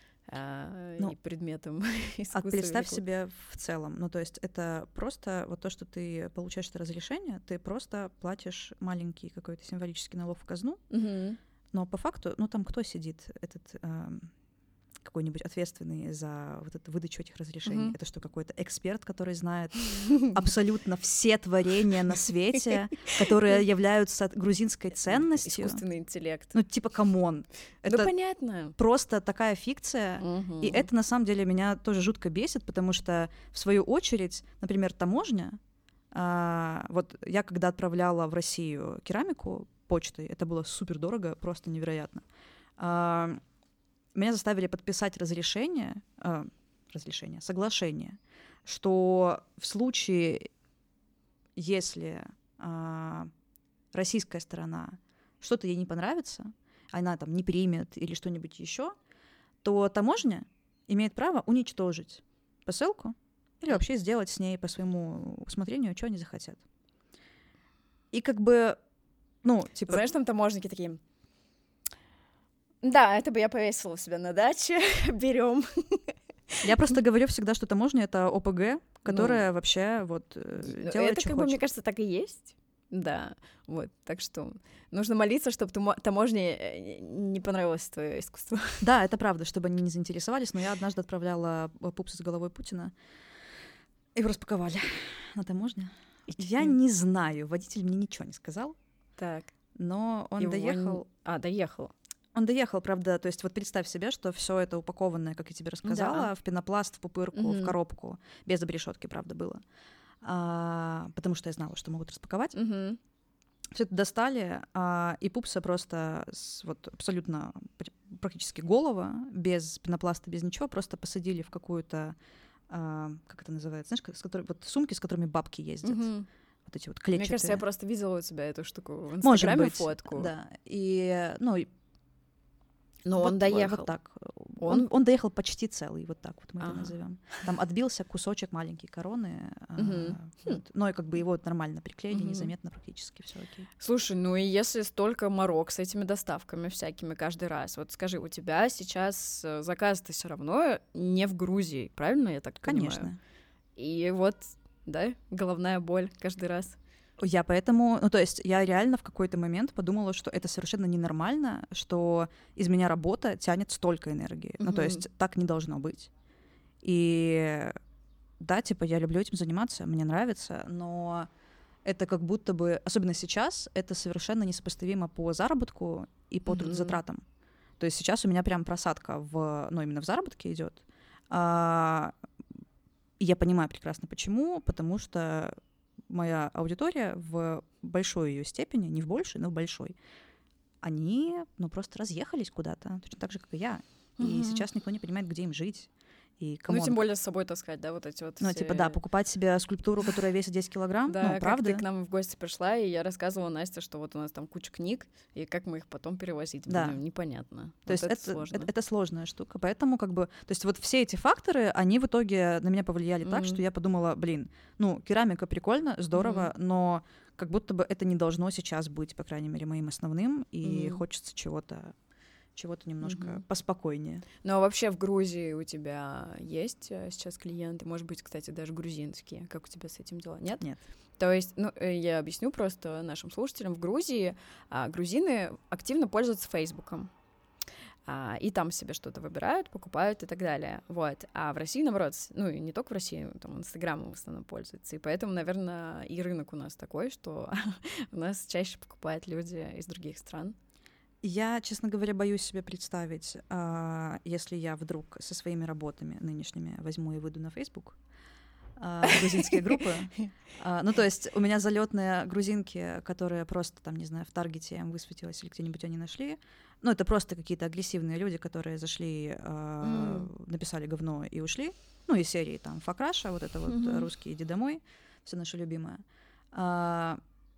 и предметом искусства? Представь себе в целом, ну то есть это просто вот то, что ты получаешь это разрешение, ты просто платишь маленький какой-то символический налог в казну, но по факту, там кто сидит, этот какой-нибудь ответственный за вот эту выдачу этих разрешений? Это что, какой-то эксперт, который знает абсолютно все творения на свете, которые являются грузинской ценностью? Искусственный интеллект. Ну, типа, камон. Это понятно. Просто такая фикция. И это, на самом деле, меня тоже жутко бесит, потому что, в свою очередь, например, таможня, вот я когда отправляла в Россию керамику почтой, это было супер дорого, просто невероятно. Меня заставили подписать соглашение, что в случае, если российская сторона что-то ей не понравится, она там не примет или что-нибудь еще, то таможня имеет право уничтожить посылку или вообще сделать с ней по своему усмотрению, что они захотят. И как бы, Знаешь, там таможники такие... Да, это бы я повесила у себя на даче. Берем. Я просто говорю всегда, что таможня — это ОПГ, которая вообще делает, это, что как хочет. бы, мне кажется, так и есть. Да, вот. Так что нужно молиться, чтобы таможне не понравилось твое искусство. Да, это правда, чтобы они не заинтересовались, но я однажды отправляла пупсы с головой Путина, и его распаковали на таможне. Я не знаю, водитель мне ничего не сказал. Так. Но он доехал. Доехал. Он доехал, правда, то есть вот представь себе, что все это упакованное, как я тебе рассказала, в пенопласт, в пупырку, в коробку, без обрешетки, правда, было. Потому что я знала, что могут распаковать. Все это достали, и пупса просто абсолютно практически голова, без пенопласта, без ничего, просто посадили в какую-то, как это называется, знаешь, сумки, с которыми бабки ездят. Вот эти вот клетчатые. Мне кажется, я просто видела у тебя эту штуку в Инстаграме, фотку. Да, но он доехал. Вот так. Он доехал почти целый, вот так вот мы это назовем. Там отбился кусочек маленькой короны, но и как бы его нормально приклеили, незаметно практически, все окей. Слушай, и если столько морок с этими доставками всякими каждый раз, вот скажи, у тебя сейчас заказ-то все равно не в Грузии, правильно я так понимаю? Конечно. И вот, да, головная боль каждый раз. Я поэтому, ну, то есть я реально в какой-то момент подумала, что это совершенно ненормально, что из меня работа тянет столько энергии. Ну, то есть так не должно быть. И да, типа, я люблю этим заниматься, мне нравится, но это как будто бы, особенно сейчас, это совершенно несопоставимо по заработку и по трудозатратам. То есть сейчас у меня прям просадка именно в заработке идет. И я понимаю прекрасно почему, потому что моя аудитория в большой ее степени, не в большей, но в большой, они, просто разъехались куда-то, точно так же, как и я. И сейчас никто не понимает, где им жить. И ну, тем более с собой таскать, да, вот эти вот Ну, все... типа, да, покупать себе скульптуру, которая весит 10 килограмм, да, правда. как ты к нам в гости пришла, и я рассказывала Насте, что вот у нас там куча книг, и как мы их потом перевозить будем, непонятно. То есть это сложная штука, поэтому как бы... То есть вот все эти факторы, они в итоге на меня повлияли так, что я подумала, керамика прикольно, здорово, но как будто бы это не должно сейчас быть, по крайней мере, моим основным, и хочется чего-то немножко поспокойнее. Ну, а вообще в Грузии у тебя есть сейчас клиенты? Может быть, кстати, даже грузинские. Как у тебя с этим дела? Нет? Нет. То есть, я объясню просто нашим слушателям. В Грузии грузины активно пользуются Фейсбуком. И там себе что-то выбирают, покупают и так далее. Вот. А в России, наоборот, и не только в России, там Инстаграмом в основном пользуются. И поэтому, наверное, и рынок у нас такой, что у нас чаще покупают люди из других стран. Я, честно говоря, боюсь себе представить, если я вдруг со своими работами нынешними возьму и выйду на Facebook, грузинские группы. Ну, то есть у меня залетные грузинки, которые просто, там, не знаю, в Таргете им высветилось или где-нибудь они нашли. Ну, это просто какие-то агрессивные люди, которые зашли, написали говно и ушли. Ну, из серии там «Факраша», вот это вот «Русские, иди домой», все наше любимое. К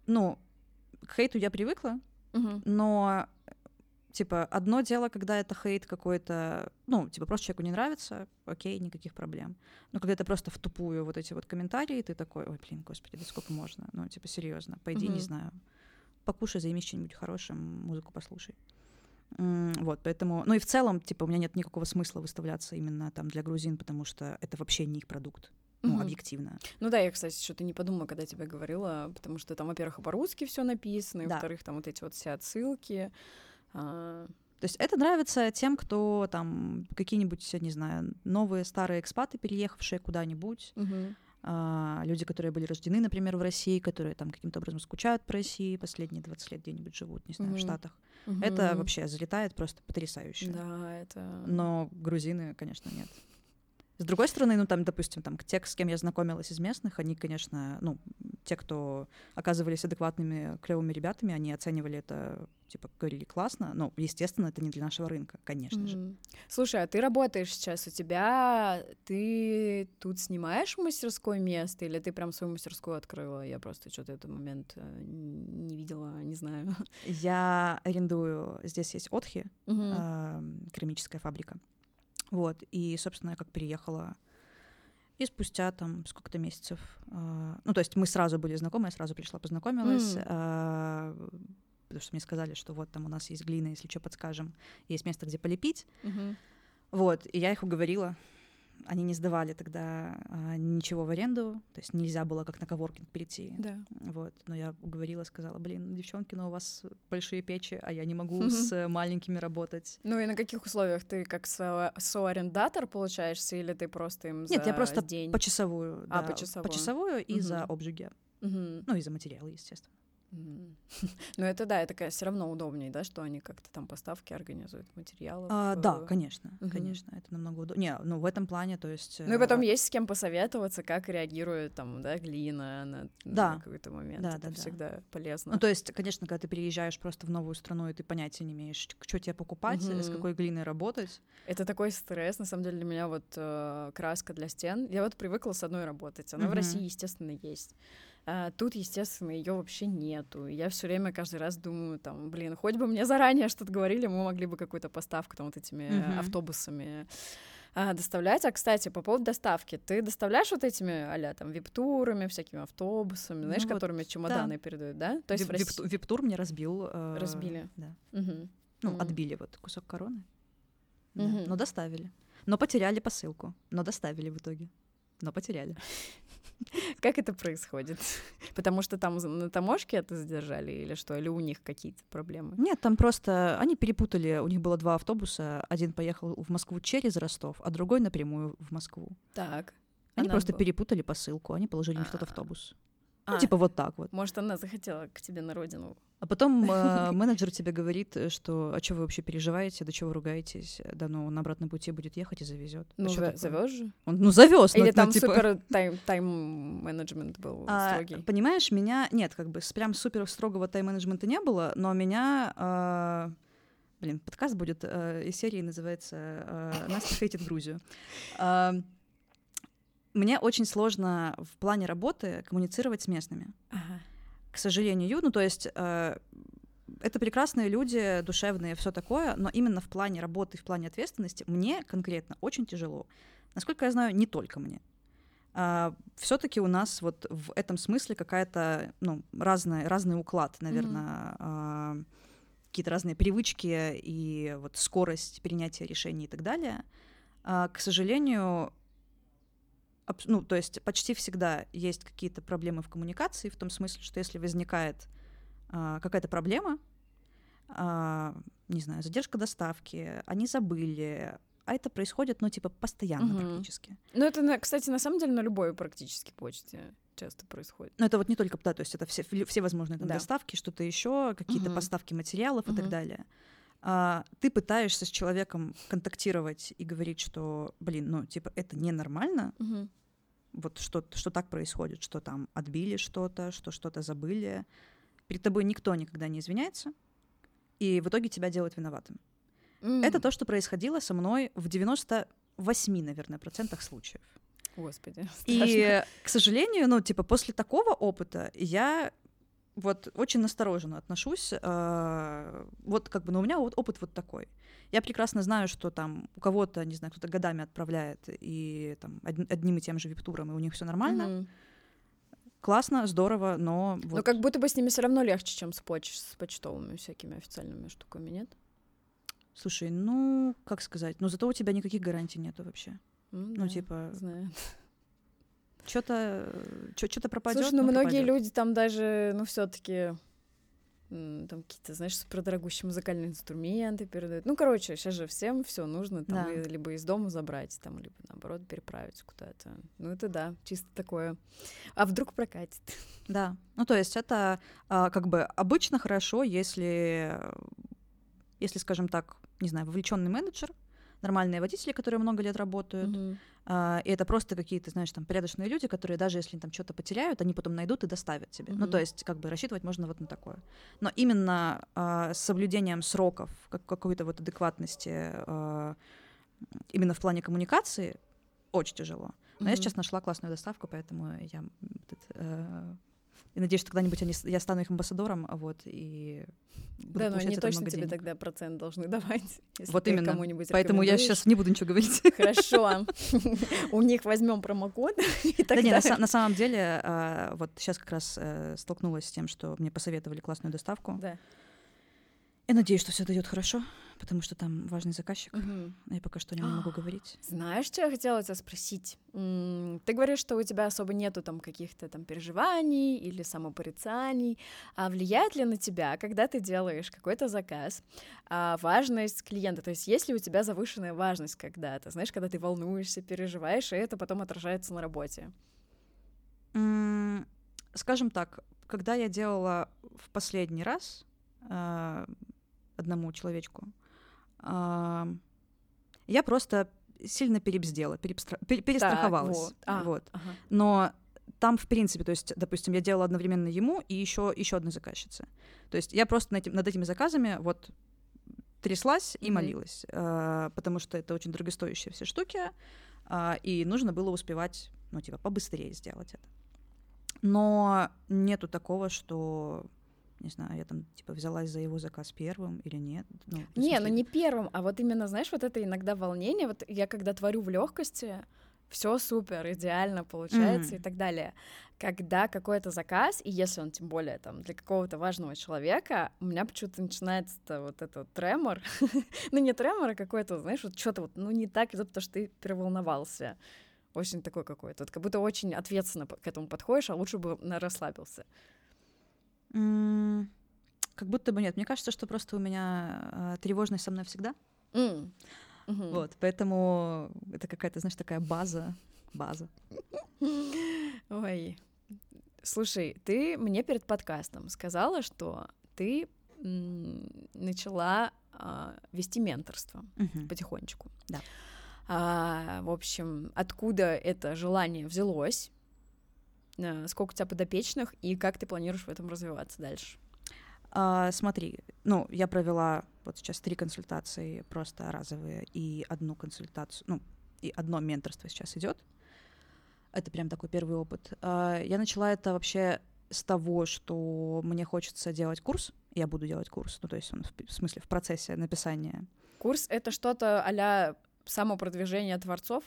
хейту я привыкла, но... Типа, одно дело, когда это хейт какой-то, просто человеку не нравится, окей, никаких проблем. Но когда это просто в тупую вот эти вот комментарии, ты такой, ой, господи, да сколько можно? Серьезно, пойди, не знаю, покушай, займись чем-нибудь хорошим, музыку послушай. Вот, поэтому... и в целом, типа, у меня нет никакого смысла выставляться именно там для грузин, потому что это вообще не их продукт. Объективно. Ну да, я, кстати, что-то не подумала, когда тебе говорила, потому что там, во-первых, по-русски все написано, и, во-вторых, там вот эти вот все отсылки. То есть это нравится тем, кто там какие-нибудь, не знаю, новые старые экспаты, переехавшие куда-нибудь, люди, которые были рождены, например, в России, которые там каким-то образом скучают по России, последние 20 лет где-нибудь живут, не знаю, в Штатах. Это вообще залетает просто потрясающе. Да, это... Но грузины, конечно, нет. С другой стороны, допустим, те, с кем я знакомилась из местных, они, конечно, те, кто оказывались адекватными, клевыми ребятами, они оценивали это, типа, говорили классно, но, естественно, это не для нашего рынка, конечно же. Слушай, а ты работаешь сейчас, ты тут снимаешь в мастерской место, или ты прям свою мастерскую открыла? Я просто что-то этот момент не видела, не знаю. Я арендую, здесь есть Отхи, керамическая фабрика. Вот, и, собственно, я как переехала, и спустя там сколько-то месяцев, то есть мы сразу были знакомы, я сразу пришла, познакомилась, потому что мне сказали, что вот там у нас есть глина, если что, подскажем, есть место, где полепить, вот, и я их уговорила, они не сдавали тогда ничего в аренду, то есть нельзя было как на коворкинг перейти. Да. Вот. Но я уговорила, сказала, девчонки, у вас большие печи, а я не могу с маленькими работать. Ну и на каких условиях? Ты как соарендатор получаешься, или ты просто им за Нет, я просто день? почасовую. Да, почасовую и за обжиги. И за материалы, естественно. Ну это да, это все равно удобнее, да, что они как-то там поставки организуют материалов. Да, конечно, это намного удобнее. Не, в этом плане, то есть... Ну и потом есть с кем посоветоваться, как реагирует там, да, глина на какой-то момент. Это всегда полезно. Ну то есть, конечно, когда ты переезжаешь просто в новую страну, и ты понятия не имеешь, что тебе покупать, с какой глиной работать. Это такой стресс, на самом деле, для меня вот краска для стен. Я вот привыкла с одной работать. Она в России, естественно, есть. Тут, естественно, ее вообще нету. Я все время каждый раз думаю, там, хоть бы мне заранее что-то говорили, мы могли бы какую-то поставку там вот этими автобусами доставлять. А, кстати, по поводу доставки, ты доставляешь вот этими а-ля там вип-турами, всякими автобусами, знаешь, которыми чемоданы передают, да? То есть вип-тур мне разбил. Разбили? Да. Отбили вот кусок короны. Но доставили. Но потеряли посылку. Но доставили в итоге. Но потеряли. Как это происходит? Потому что там на таможке это задержали или что? Или у них какие-то проблемы? Нет, там просто они перепутали, у них было 2 автобуса, один поехал в Москву через Ростов, а другой напрямую в Москву. Так. Они просто перепутали посылку, они положили не в тот автобус. Ну, типа вот так вот. Может, она захотела к тебе на родину. А потом менеджер тебе говорит, что а что вы вообще переживаете, до чего вы ругаетесь? Да, ну, он на обратном пути будет ехать и завезет. Ну, завез же? Он, завез. Или там супер тайм-менеджмент был строгий? Понимаешь, меня... Нет, как бы прям супер строгого тайм-менеджмента не было, но меня... подкаст будет из серии, называется «Настя хейтит Грузию». Мне очень сложно в плане работы коммуницировать с местными. Ага. К сожалению, ну, то есть это прекрасные люди, душевные, все такое, но именно в плане работы, в плане ответственности мне конкретно очень тяжело. Насколько я знаю, не только мне. Все-таки у нас вот в этом смысле какая-то, ну, разный уклад, наверное, какие-то разные привычки и вот скорость принятия решений и так далее. К сожалению, ну, то есть почти всегда есть какие-то проблемы в коммуникации, в том смысле, что если возникает какая-то проблема, не знаю, задержка доставки, они забыли, а это происходит, ну, типа, постоянно практически. Ну, это, кстати, на самом деле на любой практически почте часто происходит. Но это вот не только, да, то есть это все возможные там доставки, что-то еще, какие-то поставки материалов и так далее. Ты пытаешься с человеком контактировать и говорить, что, блин, ну, типа, это ненормально, вот что так происходит, что там отбили что-то, что что-то забыли. Перед тобой никто никогда не извиняется, и в итоге тебя делают виноватым. Это то, что происходило со мной в 98, наверное, процентах случаев. Господи, страшно. И, к сожалению, ну, типа, после такого опыта я вот очень настороженно отношусь. Вот как бы, но у меня опыт вот такой. Я прекрасно знаю, что там у кого-то, не знаю, кто-то годами отправляет и там одним и тем же вип-туром, и у них все нормально. Классно, здорово, но... Вот. Но как будто бы с ними все равно легче, чем с почтовыми всякими официальными штуками, нет? Слушай, ну, как сказать, но зато у тебя никаких гарантий нету вообще. Ну, типа... Знаю. Что-то пропадет. Слушай, ну многие люди там даже, ну, все-таки там какие-то, знаешь, супердорогущие музыкальные инструменты передают. Ну, короче, сейчас же всем все нужно там либо из дома забрать, там, либо наоборот переправить куда-то. Ну, это да, чисто такое. А вдруг прокатит? Да. Ну, то есть это как бы обычно хорошо, если, скажем так, не знаю, вовлеченный менеджер, нормальные водители, которые много лет работают, и это просто какие-то, знаешь, там, порядочные люди, которые даже если там что-то потеряют, они потом найдут и доставят тебе. Ну, то есть, как бы, рассчитывать можно вот на такое. Но именно с соблюдением сроков, какой-то вот адекватности именно в плане коммуникации очень тяжело. Но я сейчас нашла классную доставку, поэтому я надеюсь, что когда-нибудь я стану их амбассадором, вот, и да, но они точно тебе тогда процент должны давать, если вот ты именно. Кому-нибудь Поэтому я сейчас не буду ничего говорить. Хорошо. У них возьмем промокод. Да нет, на самом деле, вот сейчас как раз столкнулась с тем, что мне посоветовали классную доставку. Да. Я надеюсь, что все дойдет хорошо, потому что там важный заказчик. Я пока что о нем не могу говорить. Знаешь, что я хотела тебя спросить? Ты говоришь, что у тебя особо нету там каких-то там переживаний или самопорицаний. А влияет ли на тебя, когда ты делаешь какой-то заказ, важность клиента? То есть есть ли у тебя завышенная важность когда-то? Знаешь, когда ты волнуешься, переживаешь, и это потом отражается на работе? Скажем так, когда я делала в последний раз одному человечку, я просто сильно перестраховалась. Вот. Но там, в принципе, то есть, допустим, я делала одновременно ему и еще одной заказчице. То есть я просто над этими заказами вот тряслась и молилась, потому что это очень дорогостоящие все штуки, и нужно было успевать, ну, типа, побыстрее сделать это. Но нету такого, что... Не знаю, я там, типа, взялась за его заказ первым или нет. Ну не первым, а вот именно, знаешь, вот это иногда волнение. Вот я когда творю в легкости, все супер, идеально получается и так далее. Когда какой-то заказ, и если он тем более там для какого-то важного человека, у меня почему-то начинается вот этот тремор. Ну, не тремор, а какой-то, знаешь, вот что-то вот, ну, не так, потому что ты переволновался. Очень такой какой-то. Вот как будто очень ответственно к этому подходишь, а лучше бы расслабился. Как будто бы нет. Мне кажется, что просто у меня тревожность со мной всегда. Вот, поэтому это какая-то, знаешь, такая база. Ой. Слушай, ты мне перед подкастом сказала, что ты начала вести менторство потихонечку. Да. В общем, откуда это желание взялось? Сколько у тебя подопечных и как ты планируешь в этом развиваться дальше? Смотри, я провела вот сейчас 3 консультации просто разовые и 1 консультацию, и 1 менторство сейчас идет. Это прям такой первый опыт. Я начала это вообще с того, что мне хочется делать курс. Я буду делать курс, то есть он в смысле в процессе написания. Курс — это что-то а-ля самопродвижение творцов?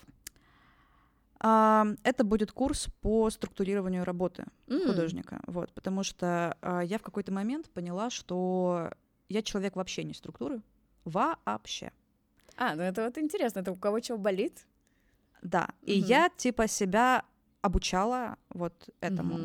Это будет курс по структурированию работы художника, вот, потому что я в какой-то момент поняла, что я человек вообще не структуры, вообще. Ну это вот интересно, это у кого чего болит? Да, и я типа себя обучала вот этому.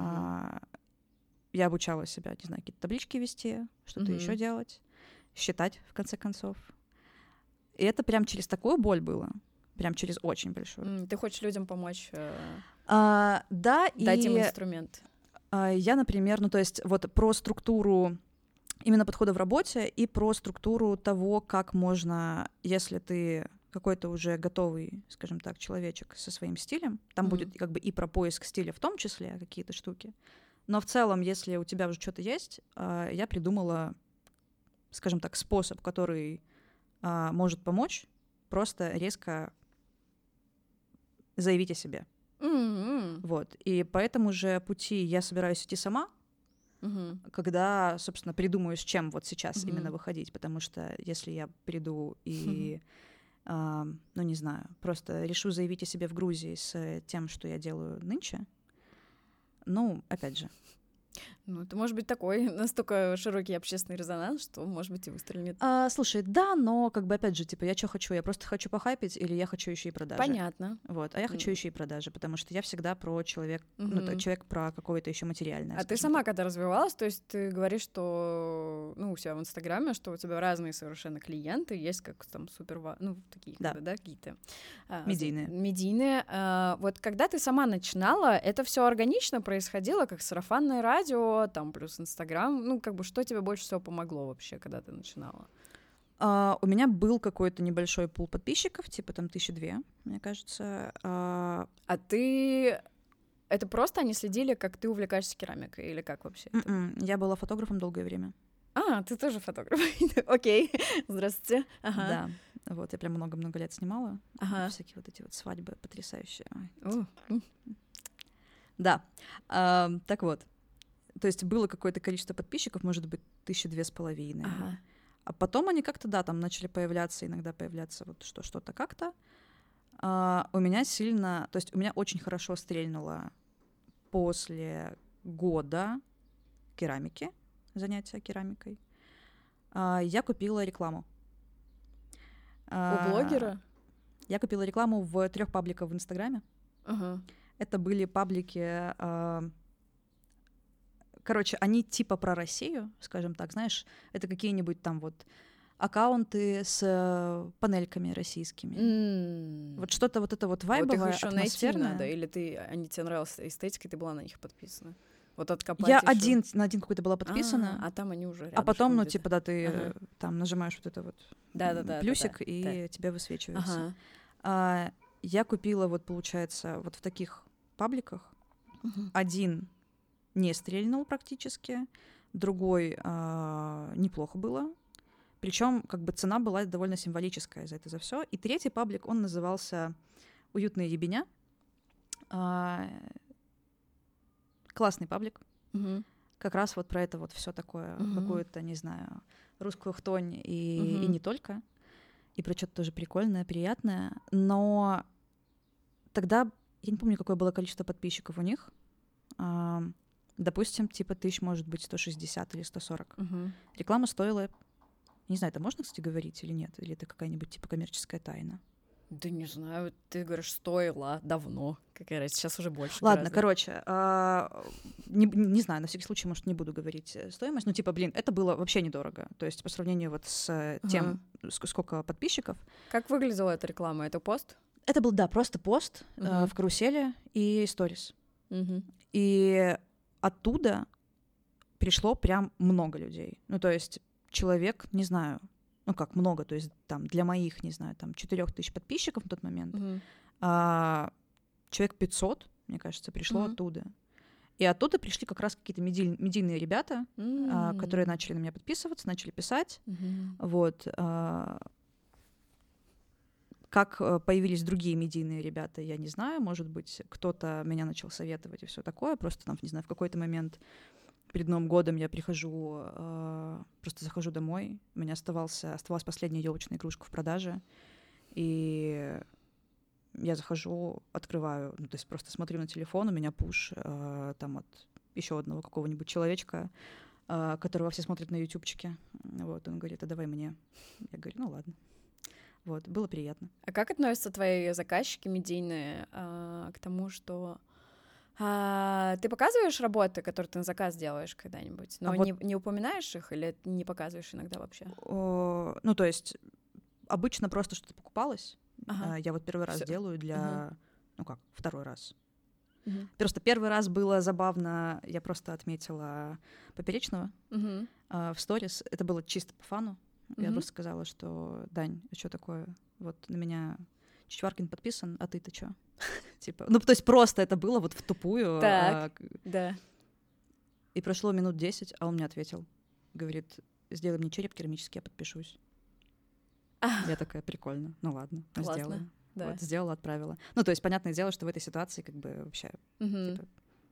Я обучала себя, не знаю, какие-то таблички вести, что-то еще делать, считать, в конце концов. И это прям через такую боль было. Прям через очень большую. Ты хочешь людям помочь? Да, дать им инструмент. Я, например, то есть вот про структуру именно подхода в работе и про структуру того, как можно, если ты какой-то уже готовый, скажем так, человечек со своим стилем, там будет как бы и про поиск стиля в том числе какие-то штуки, но в целом, если у тебя уже что-то есть, я придумала, скажем так, способ, который может помочь просто резко заявить о себе. Вот. И по этому же пути я собираюсь идти сама, когда, собственно, придумаю, с чем вот сейчас именно выходить. Потому что если я приду и, не знаю, просто решу заявить о себе в Грузии с тем, что я делаю нынче, опять же. Это может быть такой настолько широкий общественный резонанс, что, может быть, и выстрелит. Слушай, да, но как бы опять же, типа, я что хочу? Я просто хочу похайпить или я хочу еще и продажи? Понятно. Вот, а я хочу еще и продажи, потому что я всегда про человек про какое-то еще материальное. А ты сама когда развивалась, то есть ты говоришь, что, у себя в Инстаграме, что у тебя разные совершенно клиенты, есть как там супер, такие, да, какие-то медийные. Вот когда ты сама начинала, это все органично происходило, как сарафанное радио, там плюс Инстаграм, что тебе больше всего помогло вообще, когда ты начинала? У меня был какой-то небольшой пул подписчиков, типа там 1002, мне кажется. А ты... Это просто они следили, как ты увлекаешься керамикой, или как вообще? Я была фотографом долгое время. Ты тоже фотограф. Окей, здравствуйте. Да, вот, я прям много-много лет снимала. Всякие вот эти вот свадьбы потрясающие. Да, так вот. То есть было какое-то количество подписчиков, может быть, 1500. А потом они как-то, там начали иногда появляться вот что-то как-то. У меня то есть у меня очень хорошо стрельнуло после года керамики, занятия керамикой. Я купила рекламу. У блогера? Я купила рекламу в 3 пабликах в Инстаграме. Это были паблики... Короче, они типа про Россию, скажем так, знаешь, это какие-нибудь там вот аккаунты с панельками российскими. Вот что-то вот это вот вайбовое, вот их ещё атмосферное. Найти надо, или они тебе нравилась эстетика, и ты была на них подписана? Вот откопать Я ещё. на один какой-то была подписана. А там они уже рядышком. А потом, типа, да, ты там нажимаешь вот это вот плюсик, и тебе высвечивается. Я купила вот, получается, вот в таких пабликах. Один не стрельнул практически, другой неплохо было. Причем как бы цена была довольно символическая за все. И 3-й паблик, он назывался «Уютные ебеня». Классный паблик. Как раз вот про это вот все такое, какую-то, не знаю, русскую хтонь и не только. И про что-то тоже прикольное, приятное. Но тогда, я не помню, какое было количество подписчиков у них. Допустим, типа 1000, может быть, 160 или 140. Реклама стоила... Не знаю, это можно, кстати, говорить или нет? Или это какая-нибудь типа коммерческая тайна? Да не знаю, ты говоришь, стоило давно. Какая разница, сейчас уже больше. Ладно, гораздо. короче, не знаю, на всякий случай, может, не буду говорить стоимость, но, типа, блин, это было вообще недорого. То есть по сравнению вот с тем, сколько подписчиков. Как выглядела эта реклама? Это пост? Это был, да, просто пост в карусели и сторис. И оттуда пришло прям много людей. Ну, то есть человек, не знаю, ну как много, то есть там для моих, не знаю, там 4000 подписчиков на тот момент, человек 500, мне кажется, пришло оттуда. И оттуда пришли как раз какие-то медийные ребята, которые начали на меня подписываться, начали писать. Вот. Как появились другие медийные ребята, я не знаю. Может быть, кто-то меня начал советовать и все такое. Просто там, не знаю, в какой-то момент перед Новым годом я прихожу, просто захожу домой. У меня оставалась последняя ёлочная игрушка в продаже. И я захожу, открываю, ну, то есть просто смотрю на телефон, у меня пуш там от еще одного какого-нибудь человечка, которого все смотрят на ютубчике. Вот, он говорит, а давай мне. Я говорю, ну ладно. Вот, было приятно. А как относятся твои заказчики медийные к тому, что ты показываешь работы, которые ты на заказ делаешь когда-нибудь, но не упоминаешь их или не показываешь иногда вообще? Ну, то есть обычно просто что-то покупалось. Я вот первый раз делаю для... Ну как, второй раз. Просто первый раз было забавно, я просто отметила Поперечного в сторис. Это было чисто по фану. Я просто сказала, что Дань, а что такое? Вот на меня Чичваркин подписан, а ты-то чё? Типа, ну, то есть просто это было вот в тупую. Так, да. И прошло минут 10, а он мне ответил. Говорит, сделай мне череп керамический, я подпишусь. Я такая, прикольно. Ну ладно, сделаю. Да. Вот, сделала, отправила. Ну, то есть, понятное дело, что в этой ситуации как бы вообще типа,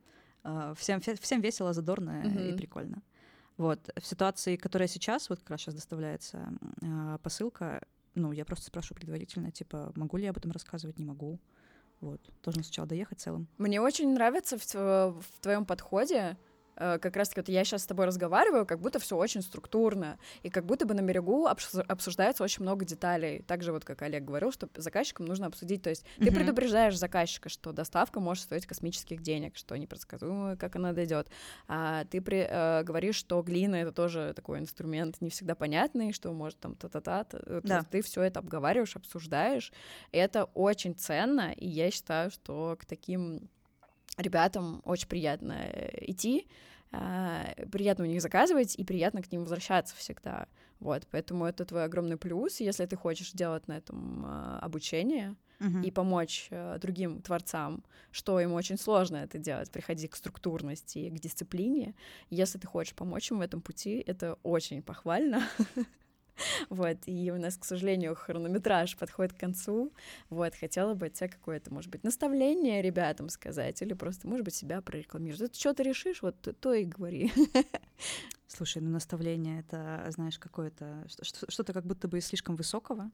всем весело, задорно и прикольно. Вот. В ситуации, которая сейчас, вот как раз сейчас доставляется посылка, ну, я просто спрашиваю предварительно, типа, могу ли я об этом рассказывать, не могу. Вот. Должен сначала доехать целым. Мне очень нравится в твоем подходе, как раз-таки вот я сейчас с тобой разговариваю, как будто все очень структурно, и как будто бы на берегу обсуждается очень много деталей. Так же вот, как Олег говорил, что заказчикам нужно обсудить, то есть ты предупреждаешь заказчика, что доставка может стоить космических денег, что непредсказуемо, как она дойдет. А ты говоришь, что глина — это тоже такой инструмент не всегда понятный, что может там та-та-та. Да. Ты все это обговариваешь, обсуждаешь, и это очень ценно, и я считаю, что к таким ребятам очень приятно идти, приятно у них заказывать и приятно к ним возвращаться всегда. Вот, поэтому это твой огромный плюс, если ты хочешь делать на этом обучение и помочь другим творцам, что им очень сложно это делать, приходить к структурности и к дисциплине. Если ты хочешь помочь им в этом пути, это очень похвально. Вот, и у нас, к сожалению, хронометраж подходит к концу. Вот, хотела бы от тебя какое-то, может быть, наставление ребятам сказать, или просто, может быть, себя прорекламировать. Что ты решишь, вот то и говори. Слушай, ну наставление — это, знаешь, какое-то что-то как будто бы слишком высокого.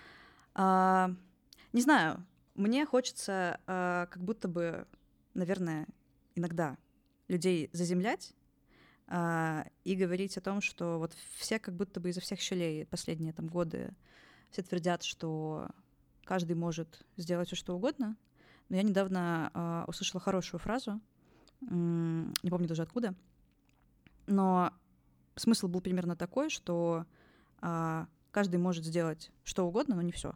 Не знаю, мне хочется как будто бы, наверное, иногда людей заземлять, и говорить о том, что вот все как будто бы изо всех щелей последние там годы все твердят, что каждый может сделать все что угодно. Но я недавно услышала хорошую фразу, не помню даже откуда, но смысл был примерно такой, что каждый может сделать что угодно, но не все.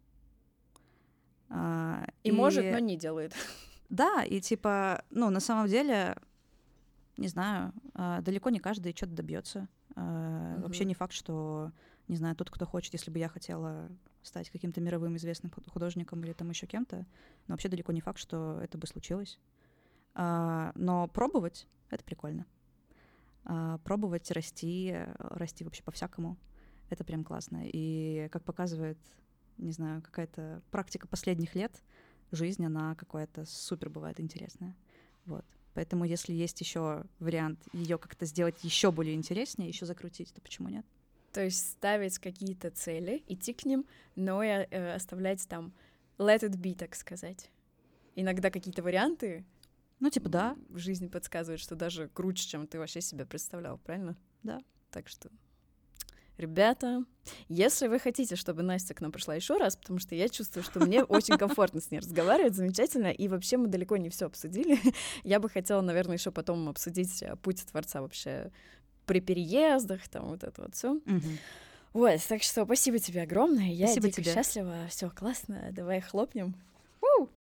И может, но не делает. Да, и типа, ну, на самом деле, не знаю, далеко не каждый что-то добьется. Вообще не факт, что, не знаю, тот, кто хочет, если бы я хотела стать каким-то мировым известным художником или там еще кем-то, но вообще далеко не факт, что это бы случилось. Но пробовать — это прикольно. Пробовать, расти вообще по-всякому — это прям классно. И, как показывает, не знаю, какая-то практика последних лет, жизнь, она какая-то супер бывает интересная. Вот. Поэтому, если есть еще вариант ее как-то сделать еще более интереснее, еще закрутить, то почему нет? То есть ставить какие-то цели, идти к ним, но и оставлять там let it be, так сказать. Иногда какие-то варианты ну, типа, да. в жизни подсказывают, что даже круче, чем ты вообще себе представлял, правильно? Да. Так что Ребята, если вы хотите, чтобы Настя к нам пришла еще раз, потому что я чувствую, что мне очень комфортно с ней разговаривать, замечательно, и вообще мы далеко не все обсудили. Я бы хотела, наверное, еще потом обсудить путь творца вообще при переездах, там вот это вот все. Вот, так что спасибо тебе огромное. Я дико счастлива. Все классно. Давай хлопнем.